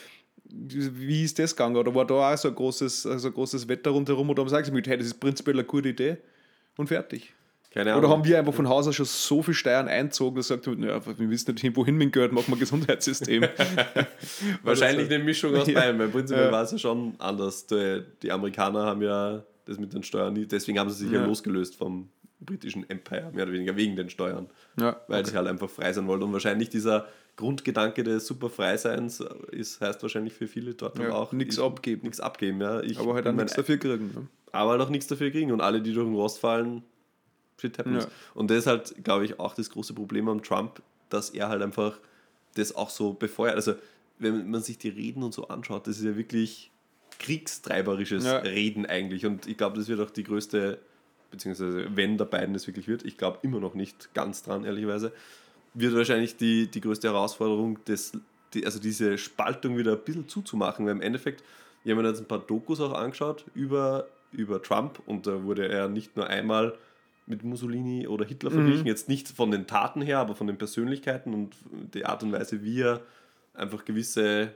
wie ist das gegangen? Oder war da auch so ein großes, so ein großes Wetter rundherum? Oder haben sie auch gesagt, hey, das ist prinzipiell eine gute Idee und fertig? Keine Ahnung. Oder haben wir einfach von Haus aus schon so viel Steuern einzogen, dass gesagt haben, naja, wir wissen nicht, wohin mit dem Geld, machen wir ein Gesundheitssystem. Wahrscheinlich eine Mischung aus Ja. beidem, weil prinzipiell Ja. war es ja schon anders. Die, die Amerikaner haben ja das mit den Steuern nie, deswegen haben sie sich ja, Ja. losgelöst vom britischen Empire, mehr oder weniger wegen den Steuern. Ja, Weil okay. sie halt einfach frei sein wollten. Und wahrscheinlich dieser Grundgedanke des super Freiseins ist, heißt wahrscheinlich für viele dort Ja, auch nichts ich- abgeben. Nichts abgeben, ja. Ich Aber halt bin auch mein- nichts dafür kriegen. Ne? aber halt auch nichts dafür kriegen. Und alle, die durch den Rost fallen, shit happens. Ja. Und das ist halt, glaube ich, auch das große Problem am Trump, dass er halt einfach das auch so befeuert. Also, wenn man sich die Reden und so anschaut, das ist ja wirklich kriegstreiberisches Ja. Reden eigentlich. Und ich glaube, das wird auch die größte, beziehungsweise wenn der Biden das wirklich wird, ich glaube immer noch nicht ganz dran, ehrlicherweise, wird wahrscheinlich die, die größte Herausforderung, des, die, also diese Spaltung wieder ein bisschen zuzumachen. Weil im Endeffekt, ich habe mir jetzt ein paar Dokus auch angeschaut über, über Trump und da wurde er nicht nur einmal mit Mussolini oder Hitler verglichen, jetzt nicht von den Taten her, aber von den Persönlichkeiten und die Art und Weise, wie er einfach gewisse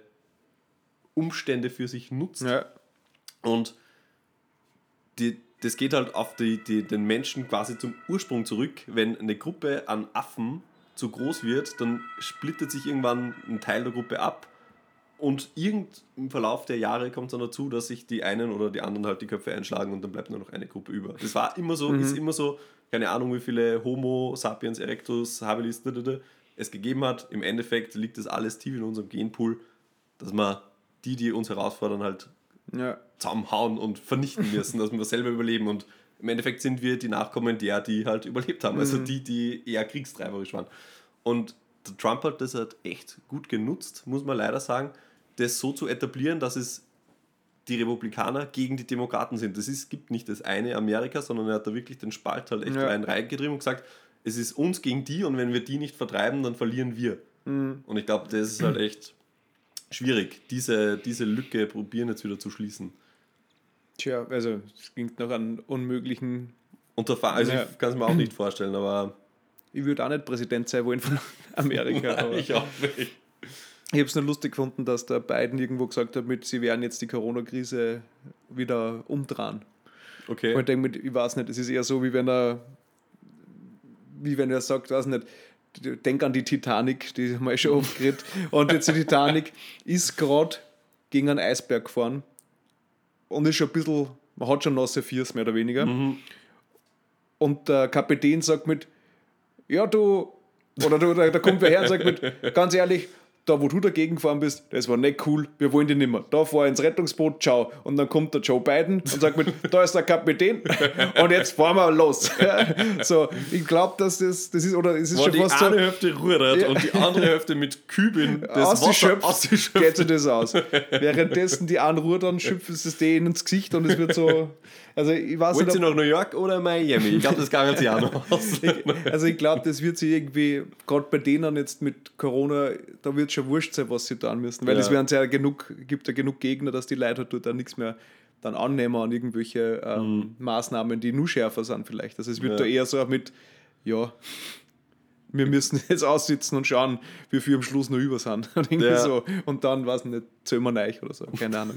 Umstände für sich nutzt. Ja. Und die, das geht halt auf die, die, den Menschen quasi zum Ursprung zurück. Wenn eine Gruppe an Affen zu groß wird, dann splittet sich irgendwann ein Teil der Gruppe ab. Und irgend im Verlauf der Jahre kommt es dann dazu, dass sich die einen oder die anderen halt die Köpfe einschlagen und dann bleibt nur noch eine Gruppe über. Das war immer so, ist immer so, keine Ahnung, wie viele Homo sapiens erectus habilis es gegeben hat. Im Endeffekt liegt das alles tief in unserem Genpool, dass wir die, die uns herausfordern, halt Ja. zusammenhauen und vernichten müssen, dass wir selber überleben. Und im Endeffekt sind wir die Nachkommen der, die halt überlebt haben. Also die, die eher kriegstreiberisch waren. Und der Trump hat das halt echt gut genutzt, muss man leider sagen, das so zu etablieren, dass es die Republikaner gegen die Demokraten sind. Das ist, gibt nicht das eine Amerika, sondern er hat da wirklich den Spalt halt echt Ja. rein reingetrieben und gesagt, es ist uns gegen die und wenn wir die nicht vertreiben, dann verlieren wir. Und ich glaube, das ist halt echt schwierig, diese, diese Lücke probieren jetzt wieder zu schließen. Tja, also es klingt nach einem unmöglichen. Unterfa- also Ja. ich kann es mir auch nicht vorstellen, aber Ich würde auch nicht Präsident sein wollen von Amerika. aber ich auch nicht. Ich habe es nur lustig gefunden, dass der Biden irgendwo gesagt hat, mit, sie werden jetzt die Corona-Krise wieder umdrehen. Okay. Und ich denke mir, ich weiß nicht, es ist eher so, wie wenn er, wie wenn er sagt, weiß nicht, denk an die Titanic, die haben wir schon oft geredet. Und jetzt die Titanic ist gerade gegen einen Eisberg gefahren und ist schon ein bisschen, man hat schon nasse Viers, mehr oder weniger. Und der Kapitän sagt mit, ja du, oder du, da, da kommt wer her und sagt mit, ganz ehrlich, da wo du dagegen gefahren bist, das war nicht cool, wir wollen dich nicht mehr. Da fahr ins Rettungsboot, ciao. Und dann kommt der Joe Biden und sagt mit, da ist der Kapitän und jetzt fahren wir los. So, ich glaube, dass das, das ist, oder es ist Wo schon die fast so, eine Hälfte rudert Ja. und die andere Hälfte mit Kübeln das Wasser ausgeschöpft, ausgeschöpft. geht sich das aus. Währenddessen die einen rudern, schöpfen sie es denen ins Gesicht und es wird so, also ich weiß Wollt nicht, ihr ob, nach New York oder Miami? Ich glaube, das kann sich auch noch aus. also ich glaube, das wird sich irgendwie, gerade bei denen jetzt mit Corona, da wird schon wurscht sein, was sie tun müssen, weil Ja. es werden ja genug, gibt ja genug Gegner, dass die Leute halt dort auch nichts mehr dann annehmen an irgendwelche ähm, Maßnahmen, die nur schärfer sind vielleicht. Also es wird Ja. da eher so mit, ja, wir müssen jetzt aussitzen und schauen, wie wir am Schluss noch über sind. Und, irgendwie Ja. so. Und dann, weiß ich nicht, zählen wir euch oder so, keine Ahnung.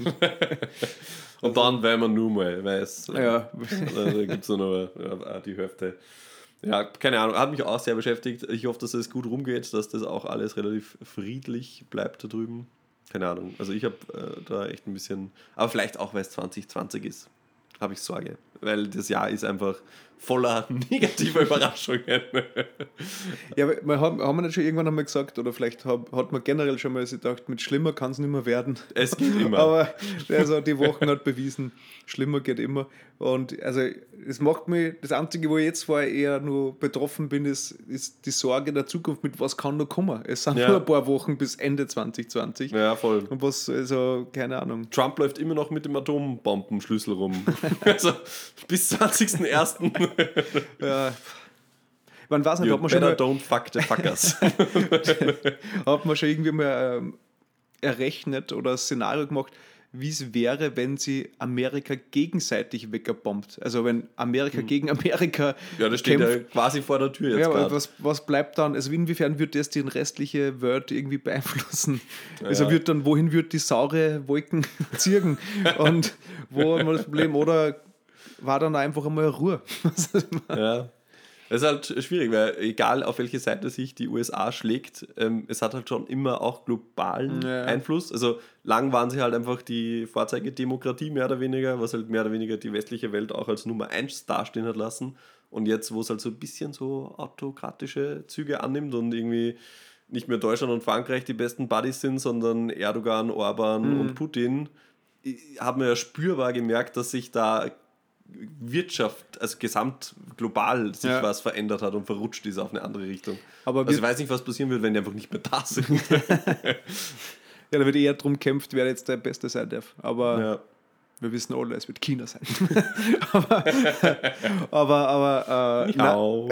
Und dann werden wir nur mal, weil es Ja. da gibt es noch ja, die Hälfte. Ja, keine Ahnung, hat mich auch sehr beschäftigt. Ich hoffe, dass es gut rumgeht, dass das auch alles relativ friedlich bleibt da drüben. Keine Ahnung, also ich habe äh, da echt ein bisschen, aber vielleicht auch, weil es zwanzig zwanzig ist, habe ich Sorge. Weil das Jahr ist einfach voller negativer Überraschungen. Ja, aber wir haben, haben wir nicht schon irgendwann einmal gesagt, oder vielleicht hab, hat man generell schon mal sich gedacht, mit schlimmer kann es nicht mehr werden. Es geht immer. Aber also die Wochen hat bewiesen, schlimmer geht immer. Und also es macht mich, das Einzige, wo ich jetzt vorher eher nur betroffen bin, ist, ist die Sorge der Zukunft, mit was kann noch kommen. Es sind Ja. nur ein paar Wochen bis Ende zwanzig zwanzig. Ja, voll. Und was, also, keine Ahnung. Trump läuft immer noch mit dem Atombombenschlüssel rum. Also bis zwanzigsten ersten Ja. Man weiß nicht, You hat man, schon better mal, don't fuck the fuckers. hat man schon irgendwie mal ähm, errechnet oder ein Szenario gemacht, wie es wäre, wenn sie Amerika gegenseitig weggebombt. Also wenn Amerika hm. gegen Amerika Ja, das steht ja quasi vor der Tür jetzt ja, gerade. Was, was bleibt dann? Also inwiefern wird das die restliche Welt irgendwie beeinflussen? Ja. Also wird dann, wohin wird die saure Wolken ziehen? Und wo haben wir das Problem? Oder war dann einfach einmal Ruhe? Ja. Das ist halt schwierig, weil egal auf welche Seite sich die U S A schlägt, ähm, es hat halt schon immer auch globalen ja. Einfluss. Also lang waren sie halt einfach die Vorzeigedemokratie mehr oder weniger, was halt mehr oder weniger die westliche Welt auch als Nummer eins dastehen hat lassen. Und jetzt, wo es halt so ein bisschen so autokratische Züge annimmt und irgendwie nicht mehr Deutschland und Frankreich die besten Buddies sind, sondern Erdogan, Orban mhm. und Putin, haben wir ja spürbar gemerkt, dass sich da Wirtschaft, also gesamt global sich ja. was verändert hat und verrutscht ist auf eine andere Richtung. Aber also ich weiß nicht, was passieren wird, wenn die einfach nicht mehr da sind. Ja, da wird eher darum kämpft, wer jetzt der Beste sein darf. Aber ja. wir wissen alle, es wird China sein. aber, aber, aber, äh, ja.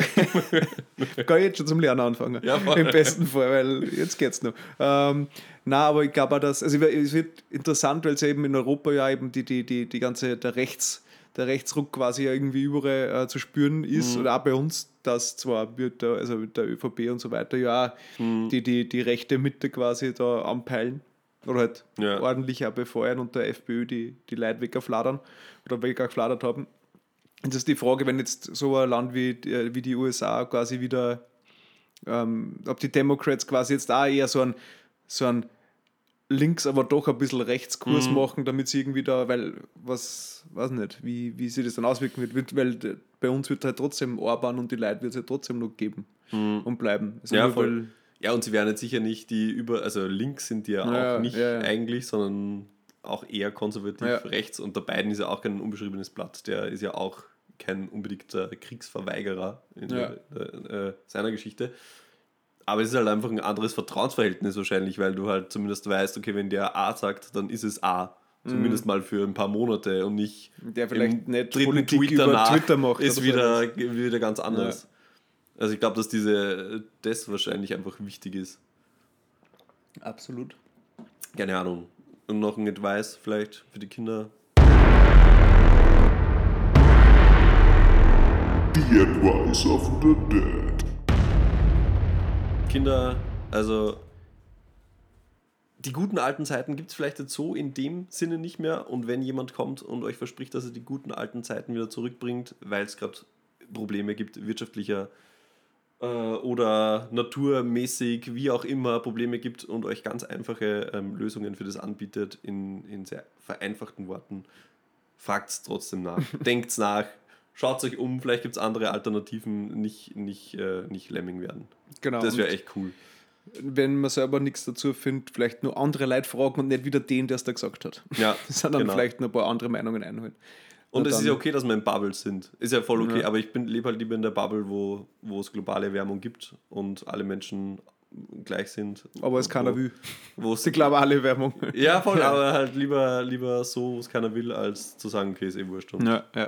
kann ich jetzt schon zum Lernen anfangen. Ja, im besten Fall, weil jetzt geht's noch. Ähm, na, aber ich glaube auch, dass, also es wird interessant, weil es ja eben in Europa ja eben die, die, die, die ganze, der Rechts, der Rechtsruck quasi irgendwie überall äh, zu spüren ist, mhm. oder auch bei uns, dass zwar wird der, also mit der ÖVP und so weiter ja auch mhm. die, die, die rechte Mitte quasi da anpeilen oder halt ja. ordentlich auch befeuern und der FPÖ die, die Leute weggefladern oder weggefladert haben. Und das ist die Frage, wenn jetzt so ein Land wie, wie die U S A quasi wieder, ähm, ob die Democrats quasi jetzt auch eher so ein, so ein links, aber doch ein bisschen Rechtskurs mhm. machen, damit sie irgendwie da, weil, was, weiß nicht, wie, wie sich das dann auswirken wird, weil bei uns wird halt trotzdem Orban und die Leute wird es halt trotzdem noch geben mhm. und bleiben. Also ja, voll. Ja, und sie werden jetzt sicher nicht die über, also links sind die ja, ja auch nicht ja, ja. eigentlich, sondern auch eher konservativ ja. rechts, und der Biden ist ja auch kein unbeschriebenes Blatt, der ist ja auch kein unbedingter Kriegsverweigerer in ja. der, äh, seiner Geschichte. Aber es ist halt einfach ein anderes Vertrauensverhältnis wahrscheinlich, weil du halt zumindest weißt, okay, wenn der A sagt, dann ist es A. Zumindest mm. mal für ein paar Monate und nicht der vielleicht nicht dritten Politik Tweet über danach Twitter macht. Ist wieder, wieder ganz anders. Ja. Also ich glaube, dass diese das wahrscheinlich einfach wichtig ist. Absolut. Keine Ahnung. Und noch ein Advice vielleicht für die Kinder. The Advice of the Dead. Kinder, also die guten alten Zeiten gibt es vielleicht jetzt so in dem Sinne nicht mehr, und wenn jemand kommt und euch verspricht, dass er die guten alten Zeiten wieder zurückbringt, weil es gerade Probleme gibt, wirtschaftlicher äh, oder naturmäßig, wie auch immer Probleme gibt, und euch ganz einfache ähm, Lösungen für das anbietet, in, in sehr vereinfachten Worten, fragt es trotzdem nach, denkt es nach. Schaut euch um, vielleicht gibt es andere Alternativen, nicht, nicht, äh, nicht Lemming werden. Genau. Das wäre echt cool. Wenn man selber nichts dazu findet, vielleicht nur andere Leute fragen und nicht wieder den, der es da gesagt hat. Ja, sondern genau. vielleicht nur ein paar andere Meinungen einholen. Und, und es ist ja okay, dass wir in Bubbles sind. Ist ja voll okay, ja. aber ich bin, lebe halt lieber in der Bubble, wo, wo es globale Erwärmung gibt und alle Menschen gleich sind. Aber es keiner wo, will. Wo es die globale Erwärmung. Ja, voll, ja. aber halt lieber, lieber so, wo es keiner will, als zu sagen, okay, ist eh wurscht. Ja, ja.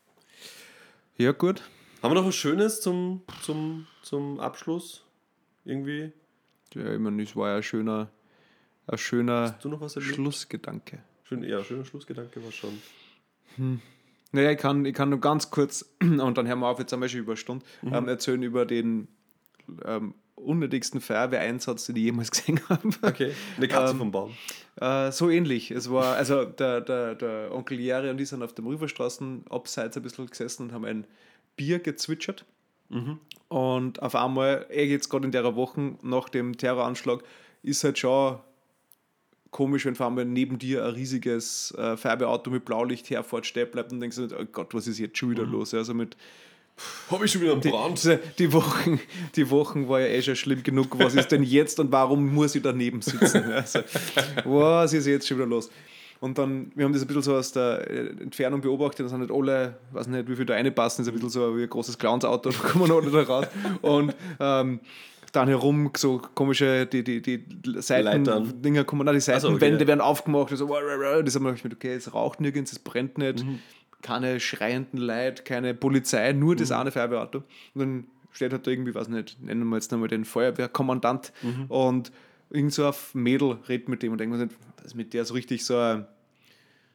Ja, gut. Haben wir noch was Schönes zum, zum, zum Abschluss? Irgendwie? Ja, ich meine, das war ja ein schöner, ein schöner Hast du noch was erlebt? Schlussgedanke. Schön, ja, schöner Schlussgedanke war schon. Hm. Naja, ich kann, ich kann nur ganz kurz, und dann hören wir auf, jetzt haben wir schon über eine Stunde, mhm. ähm, erzählen über den ähm, unnötigsten Feuerwehreinsatz, den ich jemals gesehen habe. Okay, eine Katze ähm, vom Baum. Äh, so ähnlich. Es war, also der, der, der Onkel Jerry und ich sind auf dem Rüberstraßen abseits ein bisschen gesessen und haben ein Bier gezwitschert. Mhm. Und auf einmal, eh jetzt gerade in der Woche nach dem Terroranschlag, ist halt schon komisch, wenn vor allem neben dir ein riesiges äh, Feuerwehrauto mit Blaulicht herfährt, stehen bleibt und denkst, oh Gott, was ist jetzt schon wieder mhm. los? Also mit Habe ich schon wieder einen Brand? Die, die, Wochen, die Wochen war ja eh schon schlimm genug. Was ist denn jetzt und warum muss ich daneben sitzen? Also, was ist jetzt schon wieder los? Und dann, wir haben das ein bisschen so aus der Entfernung beobachtet, da sind nicht alle, ich weiß nicht, wie viel da reinpassen, ist ein bisschen so wie ein großes Clowns-Auto, da kommen alle da raus. Und ähm, dann herum so komische, die, die, die Seiten-Dinger kommen, nein, die Seitenwände so, okay. werden aufgemacht, und so, das haben wir gedacht, okay, es raucht nirgends, es brennt nicht. Mhm. Keine schreienden Leute, keine Polizei, nur das mhm. eine Feuerwehrauto. Und dann steht halt da irgendwie, weiß nicht, nennen wir jetzt nochmal den Feuerwehrkommandant mhm. und irgend so ein Mädel redet mit dem und denkt man, was ist mit der so richtig so ein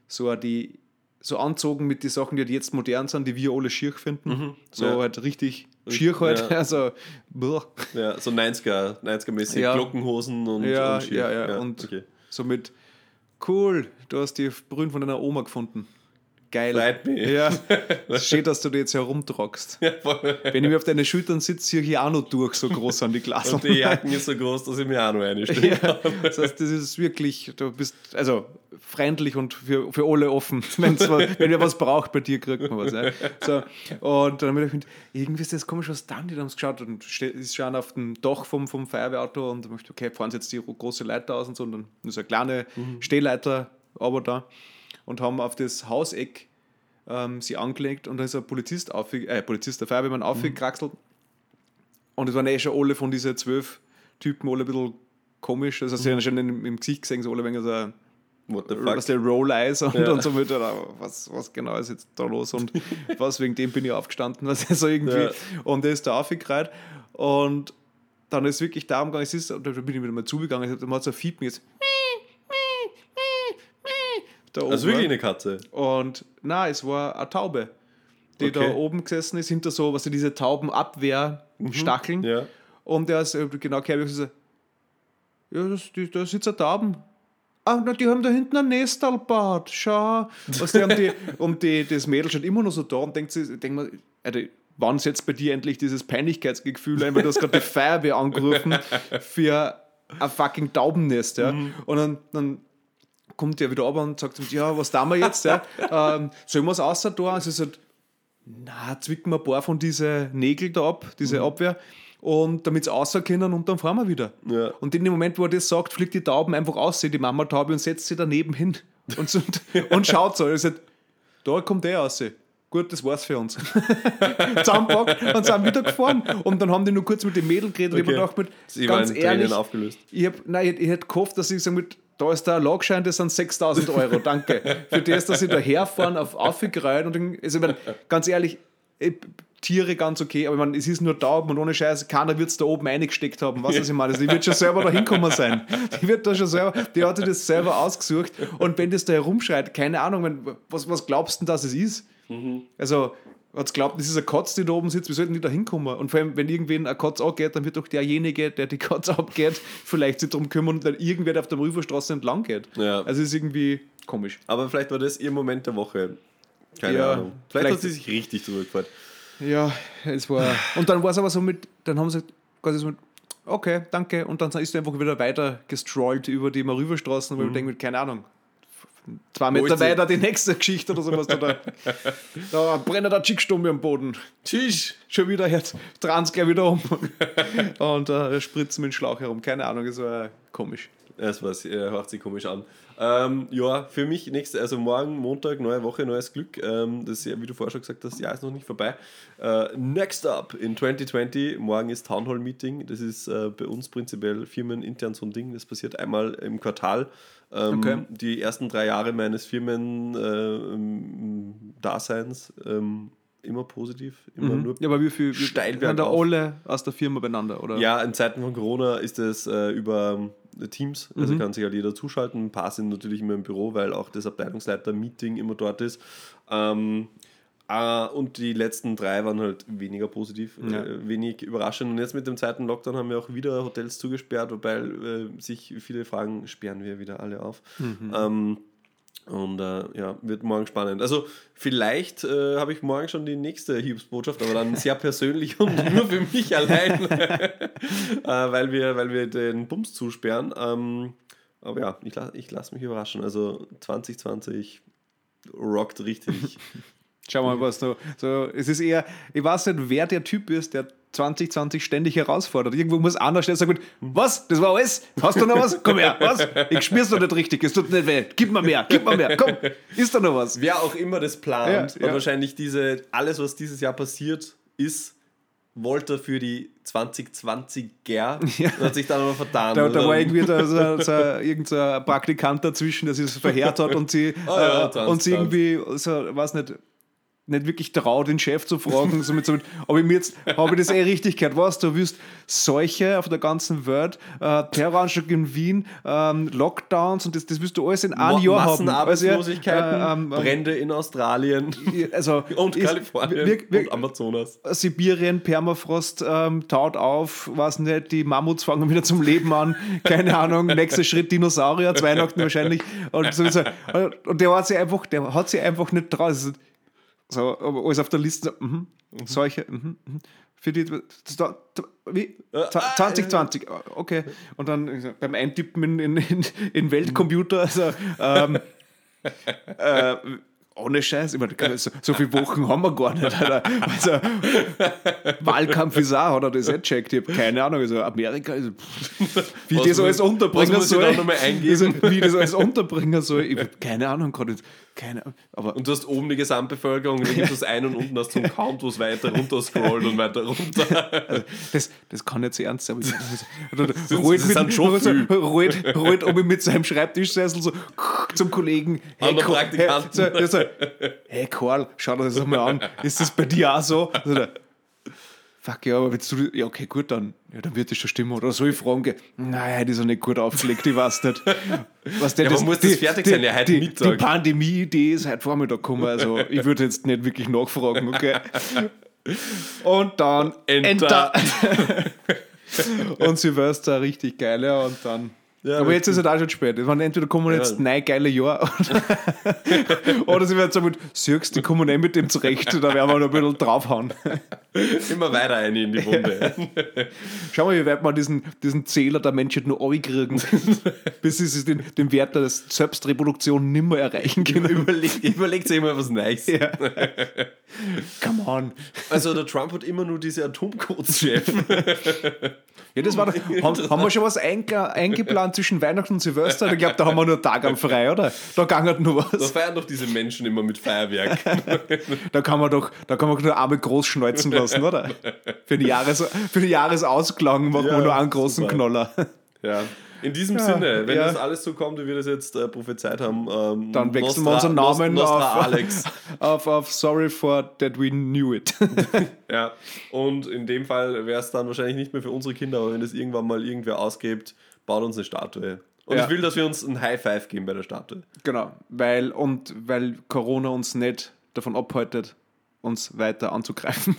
so die so anzogen mit den Sachen, die jetzt modern sind, die wir alle schier finden. Mhm. So Ja. halt richtig schier halt. Ja. Also, boah. Ja, so neunziger, neunziger-mäßig, Ja. Glockenhosen und, Ja, und schier. ja, ja, und okay. so mit, cool, du hast die Brühen von deiner Oma gefunden. Geil. Freut mich. Ja, es ist schön, dass du die jetzt herumtragst. Ja, voll. Wenn ich mir auf deine Schultern sitze, sehe ich auch noch durch, so groß an die Glasel. Und die Jacken ist so groß, dass ich mir auch noch eine stelle. Ja, das heißt, das ist wirklich, du bist also freundlich und für, für alle offen. Wenn's was, wenn ihr was braucht, bei dir kriegt man was. Ja. So, und dann habe ich gedacht, irgendwie ist das komisch, was dann die da haben geschaut und ste- ist schon auf dem Dach vom, vom Feuerwehrauto und dann möchte okay, fahren sie jetzt die große Leiter aus und so und dann ist eine kleine Mhm. Stehleiter aber da und haben auf das Hauseck ähm, sie angelegt und da ist ein Polizist, auf, äh, Polizist, der Feuerwehrmann aufgekraxelt und es waren eh schon alle von diesen zwölf Typen alle ein bisschen komisch, also sie haben schon im, im Gesicht gesehen, so alle wegen so What the was fuck? der Roll Eyes und, Ja. und so mit, was, was genau ist jetzt da los und was, wegen dem bin ich aufgestanden, was also irgendwie, Ja. und der ist da aufgekreit und dann ist wirklich darum gegangen, es ist, und da bin ich wieder mal zugegangen, dann hat so ein Fiepen jetzt da oben. Also wirklich eine Katze. Und nein, es war eine Taube, die Okay. da oben gesessen ist, hinter so, was diese Taubenabwehrstacheln. Ja. Und der ist äh, genau gehört, wie gesagt, ja, das, die, da sitzt eine Tauben. Ah, na, die haben da hinten ein Nestal gebaut, schau. Was die haben die, und die, das Mädel steht immer noch so da und denkt sich, denk mal, Alter, wann setzt bei dir endlich dieses Peinlichkeitsgefühl ein, weil du hast gerade die Feuerwehr angerufen für ein fucking Taubennest, ja. Und dann, dann kommt der wieder runter und sagt, ja, was tun wir jetzt, ja? ähm, sollen wir es außer da? Also sie sagt, na, zwicken wir ein paar von diesen Nägeln da ab, diese Abwehr, und damit sie raus können und dann fahren wir wieder. Ja. Und in dem Moment, wo er das sagt, fliegt die Tauben einfach aus, die Mama-Taube, und setzt sie daneben hin und, so, und schaut so. Er sagt, da kommt der raus. Gut, das war's für uns. Zusammenpackt und sind wieder gefahren. Und dann haben die nur kurz mit dem Mädel geredet und ich Okay. hab mir gedacht, Sie ganz waren in ehrlich, Tränen aufgelöst. ich, hab, nein, ich, ich hätte gehofft, dass ich sage, mit, da ist der Logschein, das sind sechstausend Euro, danke. Für das, dass sie da herfahren, auf aufgereiht und dann- also ich mein, ganz ehrlich, ich, Tiere ganz okay, aber ich meine, es ist nur Tauben und ohne Scheiß, keiner wird es da oben reingesteckt haben, was ich meine. Also die wird schon selber da hinkommen sein. Die wird da schon selber, die hat sich das selber ausgesucht und wenn das da herumschreit, keine Ahnung, wenn, was, was glaubst du denn, dass es ist? Also, hat glaubt, das ist eine Katze, die da oben sitzt, wie sollten die da hinkommen? Und vor allem, wenn irgendwen eine Katze abgeht, dann wird doch derjenige, der die Katze abgeht, vielleicht sich darum kümmern und dann irgendwer, der auf der Rüferstraße entlang geht. Ja. Also, es ist irgendwie komisch. Aber vielleicht war das ihr Moment der Woche. Keine Ja, Ahnung. Vielleicht, vielleicht- hat sie sich richtig zurückgefreut. Ja, es war. Und dann war es aber so mit, dann haben sie quasi so mit, okay, danke. Und dann ist er einfach wieder weiter gestrollt über die Marüverstraßen, wo ich denke, keine Ahnung, zwei Meter ist sie? weiter die nächste Geschichte oder sowas. Da, da brennt der Chickstumme am Boden. Tschüss. Schon wieder jetzt, trans gleich wieder um. Und äh, spritzen mit dem Schlauch herum. Keine Ahnung, es war komisch. Das war's, äh, hört sich komisch an. Ähm, ja, für mich nächste, also morgen, Montag, neue Woche, neues Glück. Ähm, das ist ja, wie du vorher schon gesagt hast, das Jahr ist noch nicht vorbei. Äh, next up in zwanzig zwanzig, morgen ist Town Hall Meeting. Das ist äh, bei uns prinzipiell firmenintern so ein Ding. Das passiert einmal im Quartal. Ähm, Okay. Die ersten drei Jahre meines Firmen-Daseins ähm, immer positiv, immer nur Ja, aber wie viel steil sind da bergauf. alle aus der Firma beieinander? Oder? Ja, in Zeiten von Corona ist es äh, über Teams, also kann sich halt jeder zuschalten. Ein paar sind natürlich immer im Büro, weil auch das Abteilungsleiter-Meeting immer dort ist. Ähm, äh, und die letzten drei waren halt weniger positiv, Ja. äh, wenig überraschend. Und jetzt mit dem zweiten Lockdown haben wir auch wieder Hotels zugesperrt, wobei äh, sich viele fragen, sperren wir wieder alle auf? Ähm, Und äh, ja, wird morgen spannend. Also vielleicht äh, habe ich morgen schon die nächste Hiobsbotschaft, aber dann sehr persönlich und nur für mich allein, äh, weil, wir, weil wir den Bums zusperren. Ähm, aber ja, ich, la- ich lasse mich überraschen. Also zwanzig zwanzig rockt richtig. Schau mal, was du. So, es ist eher, ich weiß nicht, wer der Typ ist, der zwanzig zwanzig ständig herausfordert. Irgendwo muss einer stehen und sagen, was? Das war alles? Hast du noch was? Komm her, was? Ich spür's doch nicht richtig, es tut nicht weh. Gib mir mehr, gib mir mehr, komm. Ist da noch was? Wer auch immer das plant, Ja, hat ja. wahrscheinlich diese, alles, was dieses Jahr passiert ist, wollte er für die zwanzig zwanziger Ja. und hat sich dann aber vertan. Da, da Also- war irgendwie da so, so, irgend so ein Praktikant dazwischen, der sich so verheert hat und sie, Ah ja, äh, und sie Trans, irgendwie, so, weiß nicht, nicht wirklich traue, den Chef zu fragen. So mit, so mit, aber mir jetzt habe ich das eh richtig gehört. Was, du willst Seuche auf der ganzen Welt, äh, Terroranschlag in Wien, ähm, Lockdowns und das, das willst du alles in einem Jahr haben. Massenarbeitslosigkeiten, Also, äh, ähm, Brände in Australien also, und ist, Kalifornien wir, wir, und Amazonas. Sibirien, Permafrost, ähm, taut auf, weiß nicht, die Mammuts fangen wieder zum Leben an, keine Ahnung, nächster Schritt Dinosaurier, zu Weihnachten wahrscheinlich. Und, sowieso. Und der hat sich einfach, der hat sich einfach nicht draus. So, aber alles auf der Liste, so, mhm, solche, mhm, mhm. Für die, das, wie? zwanzig zwanzig, okay. Und dann beim Eintippen in, in, in, in Weltcomputer, also, ähm, äh, ohne Scheiß, ich meine, so, so viele Wochen haben wir gar nicht. Alter. Also, Wahlkampf ist auch, hat er das nicht gecheckt? Ich habe keine Ahnung. Also, Amerika, also, wie was das alles unterbringen soll. Also, wie das alles unterbringen soll, ich habe keine Ahnung. Keine Ahnung. Aber und du hast oben die Gesamtbevölkerung, dann gibt es ein und unten hast du einen Count, wo es weiter runter scrollt und weiter runter. Also, das, das kann nicht so ernst sein. Das sind schon viel. Rollt, rollt oben mit seinem Schreibtischsessel so zum Kollegen. Hey, An der Praktikanten. Hey, so, hey Karl, schau dir das einmal an. Ist das bei dir auch so? Also der, fuck ja, aber wenn du, ja okay, gut, dann, ja, dann wird das schon stimmen. Oder soll ich fragen gehen? Nein, die ist noch nicht gut aufgelegt, ich weiß nicht. Was der, ja, das, muss die, das fertig sein, ja, heute die, Mittag. Die Pandemie-Idee ist heute Vormittag gekommen, also ich würde jetzt nicht wirklich nachfragen, okay. Und dann Enter. Enter. Und Silvester richtig geil, ja, und dann... Ja, aber jetzt ist es halt auch schon spät. Waren entweder kommen jetzt ja. neun geile Jahre oder, oder sie werden so mit, siehst die kommen eh mit dem zurecht, da werden wir noch ein bisschen draufhauen. Immer weiter rein in die Wunde. Schau mal, wie weit wir diesen, diesen Zähler der Menschheit nur kriegen, bis sie den, den Wert der Selbstreproduktion nicht mehr erreichen können. Überlegt, überlegt sich immer was Neues. Ja. Come on. Also der Trump hat immer nur diese Atomcodes-Chef. Ja, das war doch, haben, haben wir schon was einge, eingeplant zwischen Weihnachten und Silvester? Ich glaube, da haben wir nur Tag am frei, oder? Da ging nur was. Da feiern doch diese Menschen immer mit Feuerwerk. Da kann man doch, da kann man nur einmal groß schneuzen lassen, oder? Für den, Jahres, für den Jahresausklang machen ja, wir nur einen großen super. Knoller. Ja. In diesem ja, Sinne, wenn ja. das alles so kommt, wie wir das jetzt äh, prophezeit haben, ähm, dann wechseln Nostra, wir unseren Namen Nostra auf, Alex. auf, auf Sorry for that we knew it. Ja, und in dem Fall wäre es dann wahrscheinlich nicht mehr für unsere Kinder, aber wenn das irgendwann mal irgendwer ausgibt, baut uns eine Statue. Und ja. ich will, dass wir uns ein High Five geben bei der Statue. Genau, weil, und weil Corona uns nicht davon abhaltet, uns weiter anzugreifen.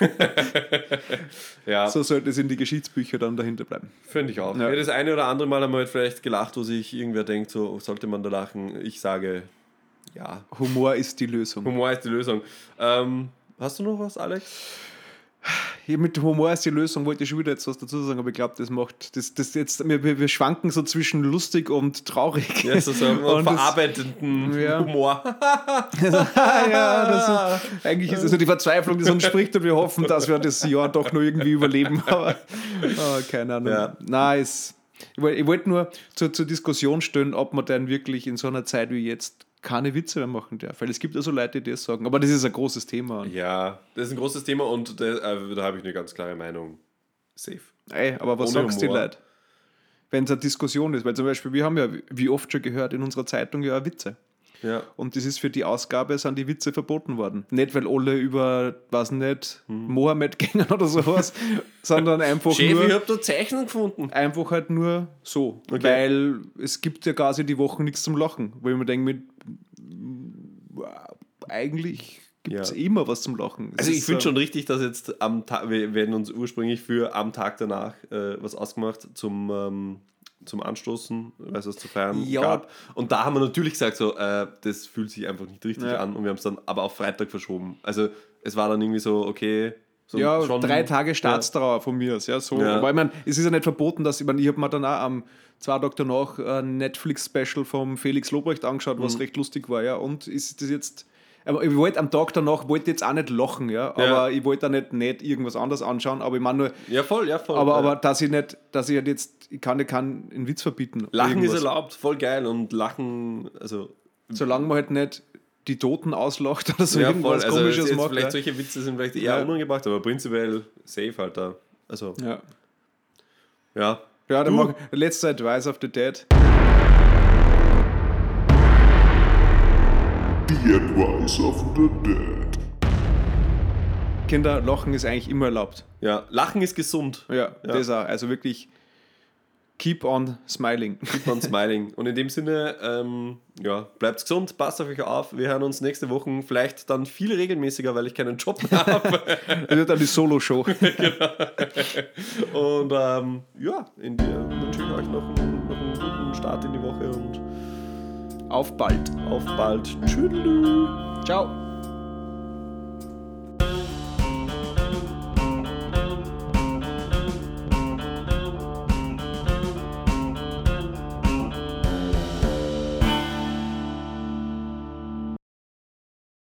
Ja. So sollte es in die Geschichtsbücher dann dahinter bleiben. Finde ich auch. Ja. Ja, das eine oder andere Mal haben wir halt vielleicht gelacht, wo sich irgendwer denkt, so sollte man da lachen. Ich sage, ja. Humor ist die Lösung. Humor ist die Lösung. Ähm, hast du noch was, Alex? Hier mit Humor ist die Lösung, wollte ich schon wieder jetzt was dazu sagen, aber ich glaube, das macht, das, das jetzt, wir, wir schwanken so zwischen lustig und traurig. Ja, so sagen wir, verarbeitenden ja. Humor. Ja, das ist, eigentlich ist das so die Verzweiflung, die uns spricht und wir hoffen, dass wir das Jahr doch noch irgendwie überleben, aber oh, keine Ahnung. Ja. Nein, es, ich wollte wollt nur zur, zur Diskussion stellen, ob man denn wirklich in so einer Zeit wie jetzt keine Witze mehr machen darf, weil es gibt ja so Leute, die das sagen, aber das ist ein großes Thema. Ja, das ist ein großes Thema und da, äh, da habe ich eine ganz klare Meinung. Safe. Ey, aber was Ohne sagst du Humor. die Leute? Wenn es eine Diskussion ist, weil zum Beispiel, wir haben ja, wie oft schon gehört, in unserer Zeitung ja auch Witze. Ja. Und das ist für die Ausgabe, sind die Witze verboten worden. Nicht, weil alle über, weiß nicht, hm. Mohammed gingen oder sowas, sondern einfach Chef, nur... ich hab da Zeichen gefunden. Einfach halt nur so. Okay. Weil es gibt ja quasi die Wochen nichts zum Lachen. Wo ich mir denke, mit, eigentlich gibt es ja. immer was zum Lachen. Es also ich finde so, schon richtig, dass jetzt am Tag, wir werden uns ursprünglich für am Tag danach äh, was ausgemacht zum... Ähm, zum Anstoßen, weil es zu feiern ja. gab. Und da haben wir natürlich gesagt, so, äh, das fühlt sich einfach nicht richtig ja. an und wir haben es dann aber auf Freitag verschoben. Also es war dann irgendwie so, okay... So ja, schon, drei Tage Staatstrauer ja. von mir aus. Ja, so. Ja. Aber ich meine, es ist ja nicht verboten, dass ich, mein, ich habe mir dann auch am zwei Tage danach ein Netflix-Special vom Felix Lobrecht angeschaut, was mhm. recht lustig war. Ja. Und ist das jetzt... Aber ich wollte am Tag danach wollte jetzt auch nicht lachen, ja, aber ja. ich wollte auch nicht, nicht irgendwas anderes anschauen, aber ich meine nur, ja voll, ja voll, aber, ja. aber dass ich nicht, dass ich halt jetzt, ich kann, ich kann einen Witz verbieten. Lachen irgendwas. ist erlaubt, voll geil und Lachen, also solange man halt nicht die Toten auslacht oder so ja, irgendwas voll. Also Komisches jetzt macht. Vielleicht ja. solche Witze sind vielleicht eher ja. unangebracht, aber prinzipiell safe halt da. Also ja, ja. Ja, dann mach letzter Advice of the Dead. The Advice of the Dead. Kinder, Lachen ist eigentlich immer erlaubt. Ja, Lachen ist gesund. Ja, ja. Das auch. Also wirklich keep on smiling. Keep on smiling. Und in dem Sinne, ähm, ja, bleibt gesund, passt auf euch auf. Wir hören uns nächste Woche vielleicht dann viel regelmäßiger, weil ich keinen Job mehr habe. Das wird dann die Solo-Show. Genau. Und ähm, ja, in dir wünsche ich euch noch einen, noch einen guten Start in die Woche und auf bald. Auf bald. Tschüss. Ciao.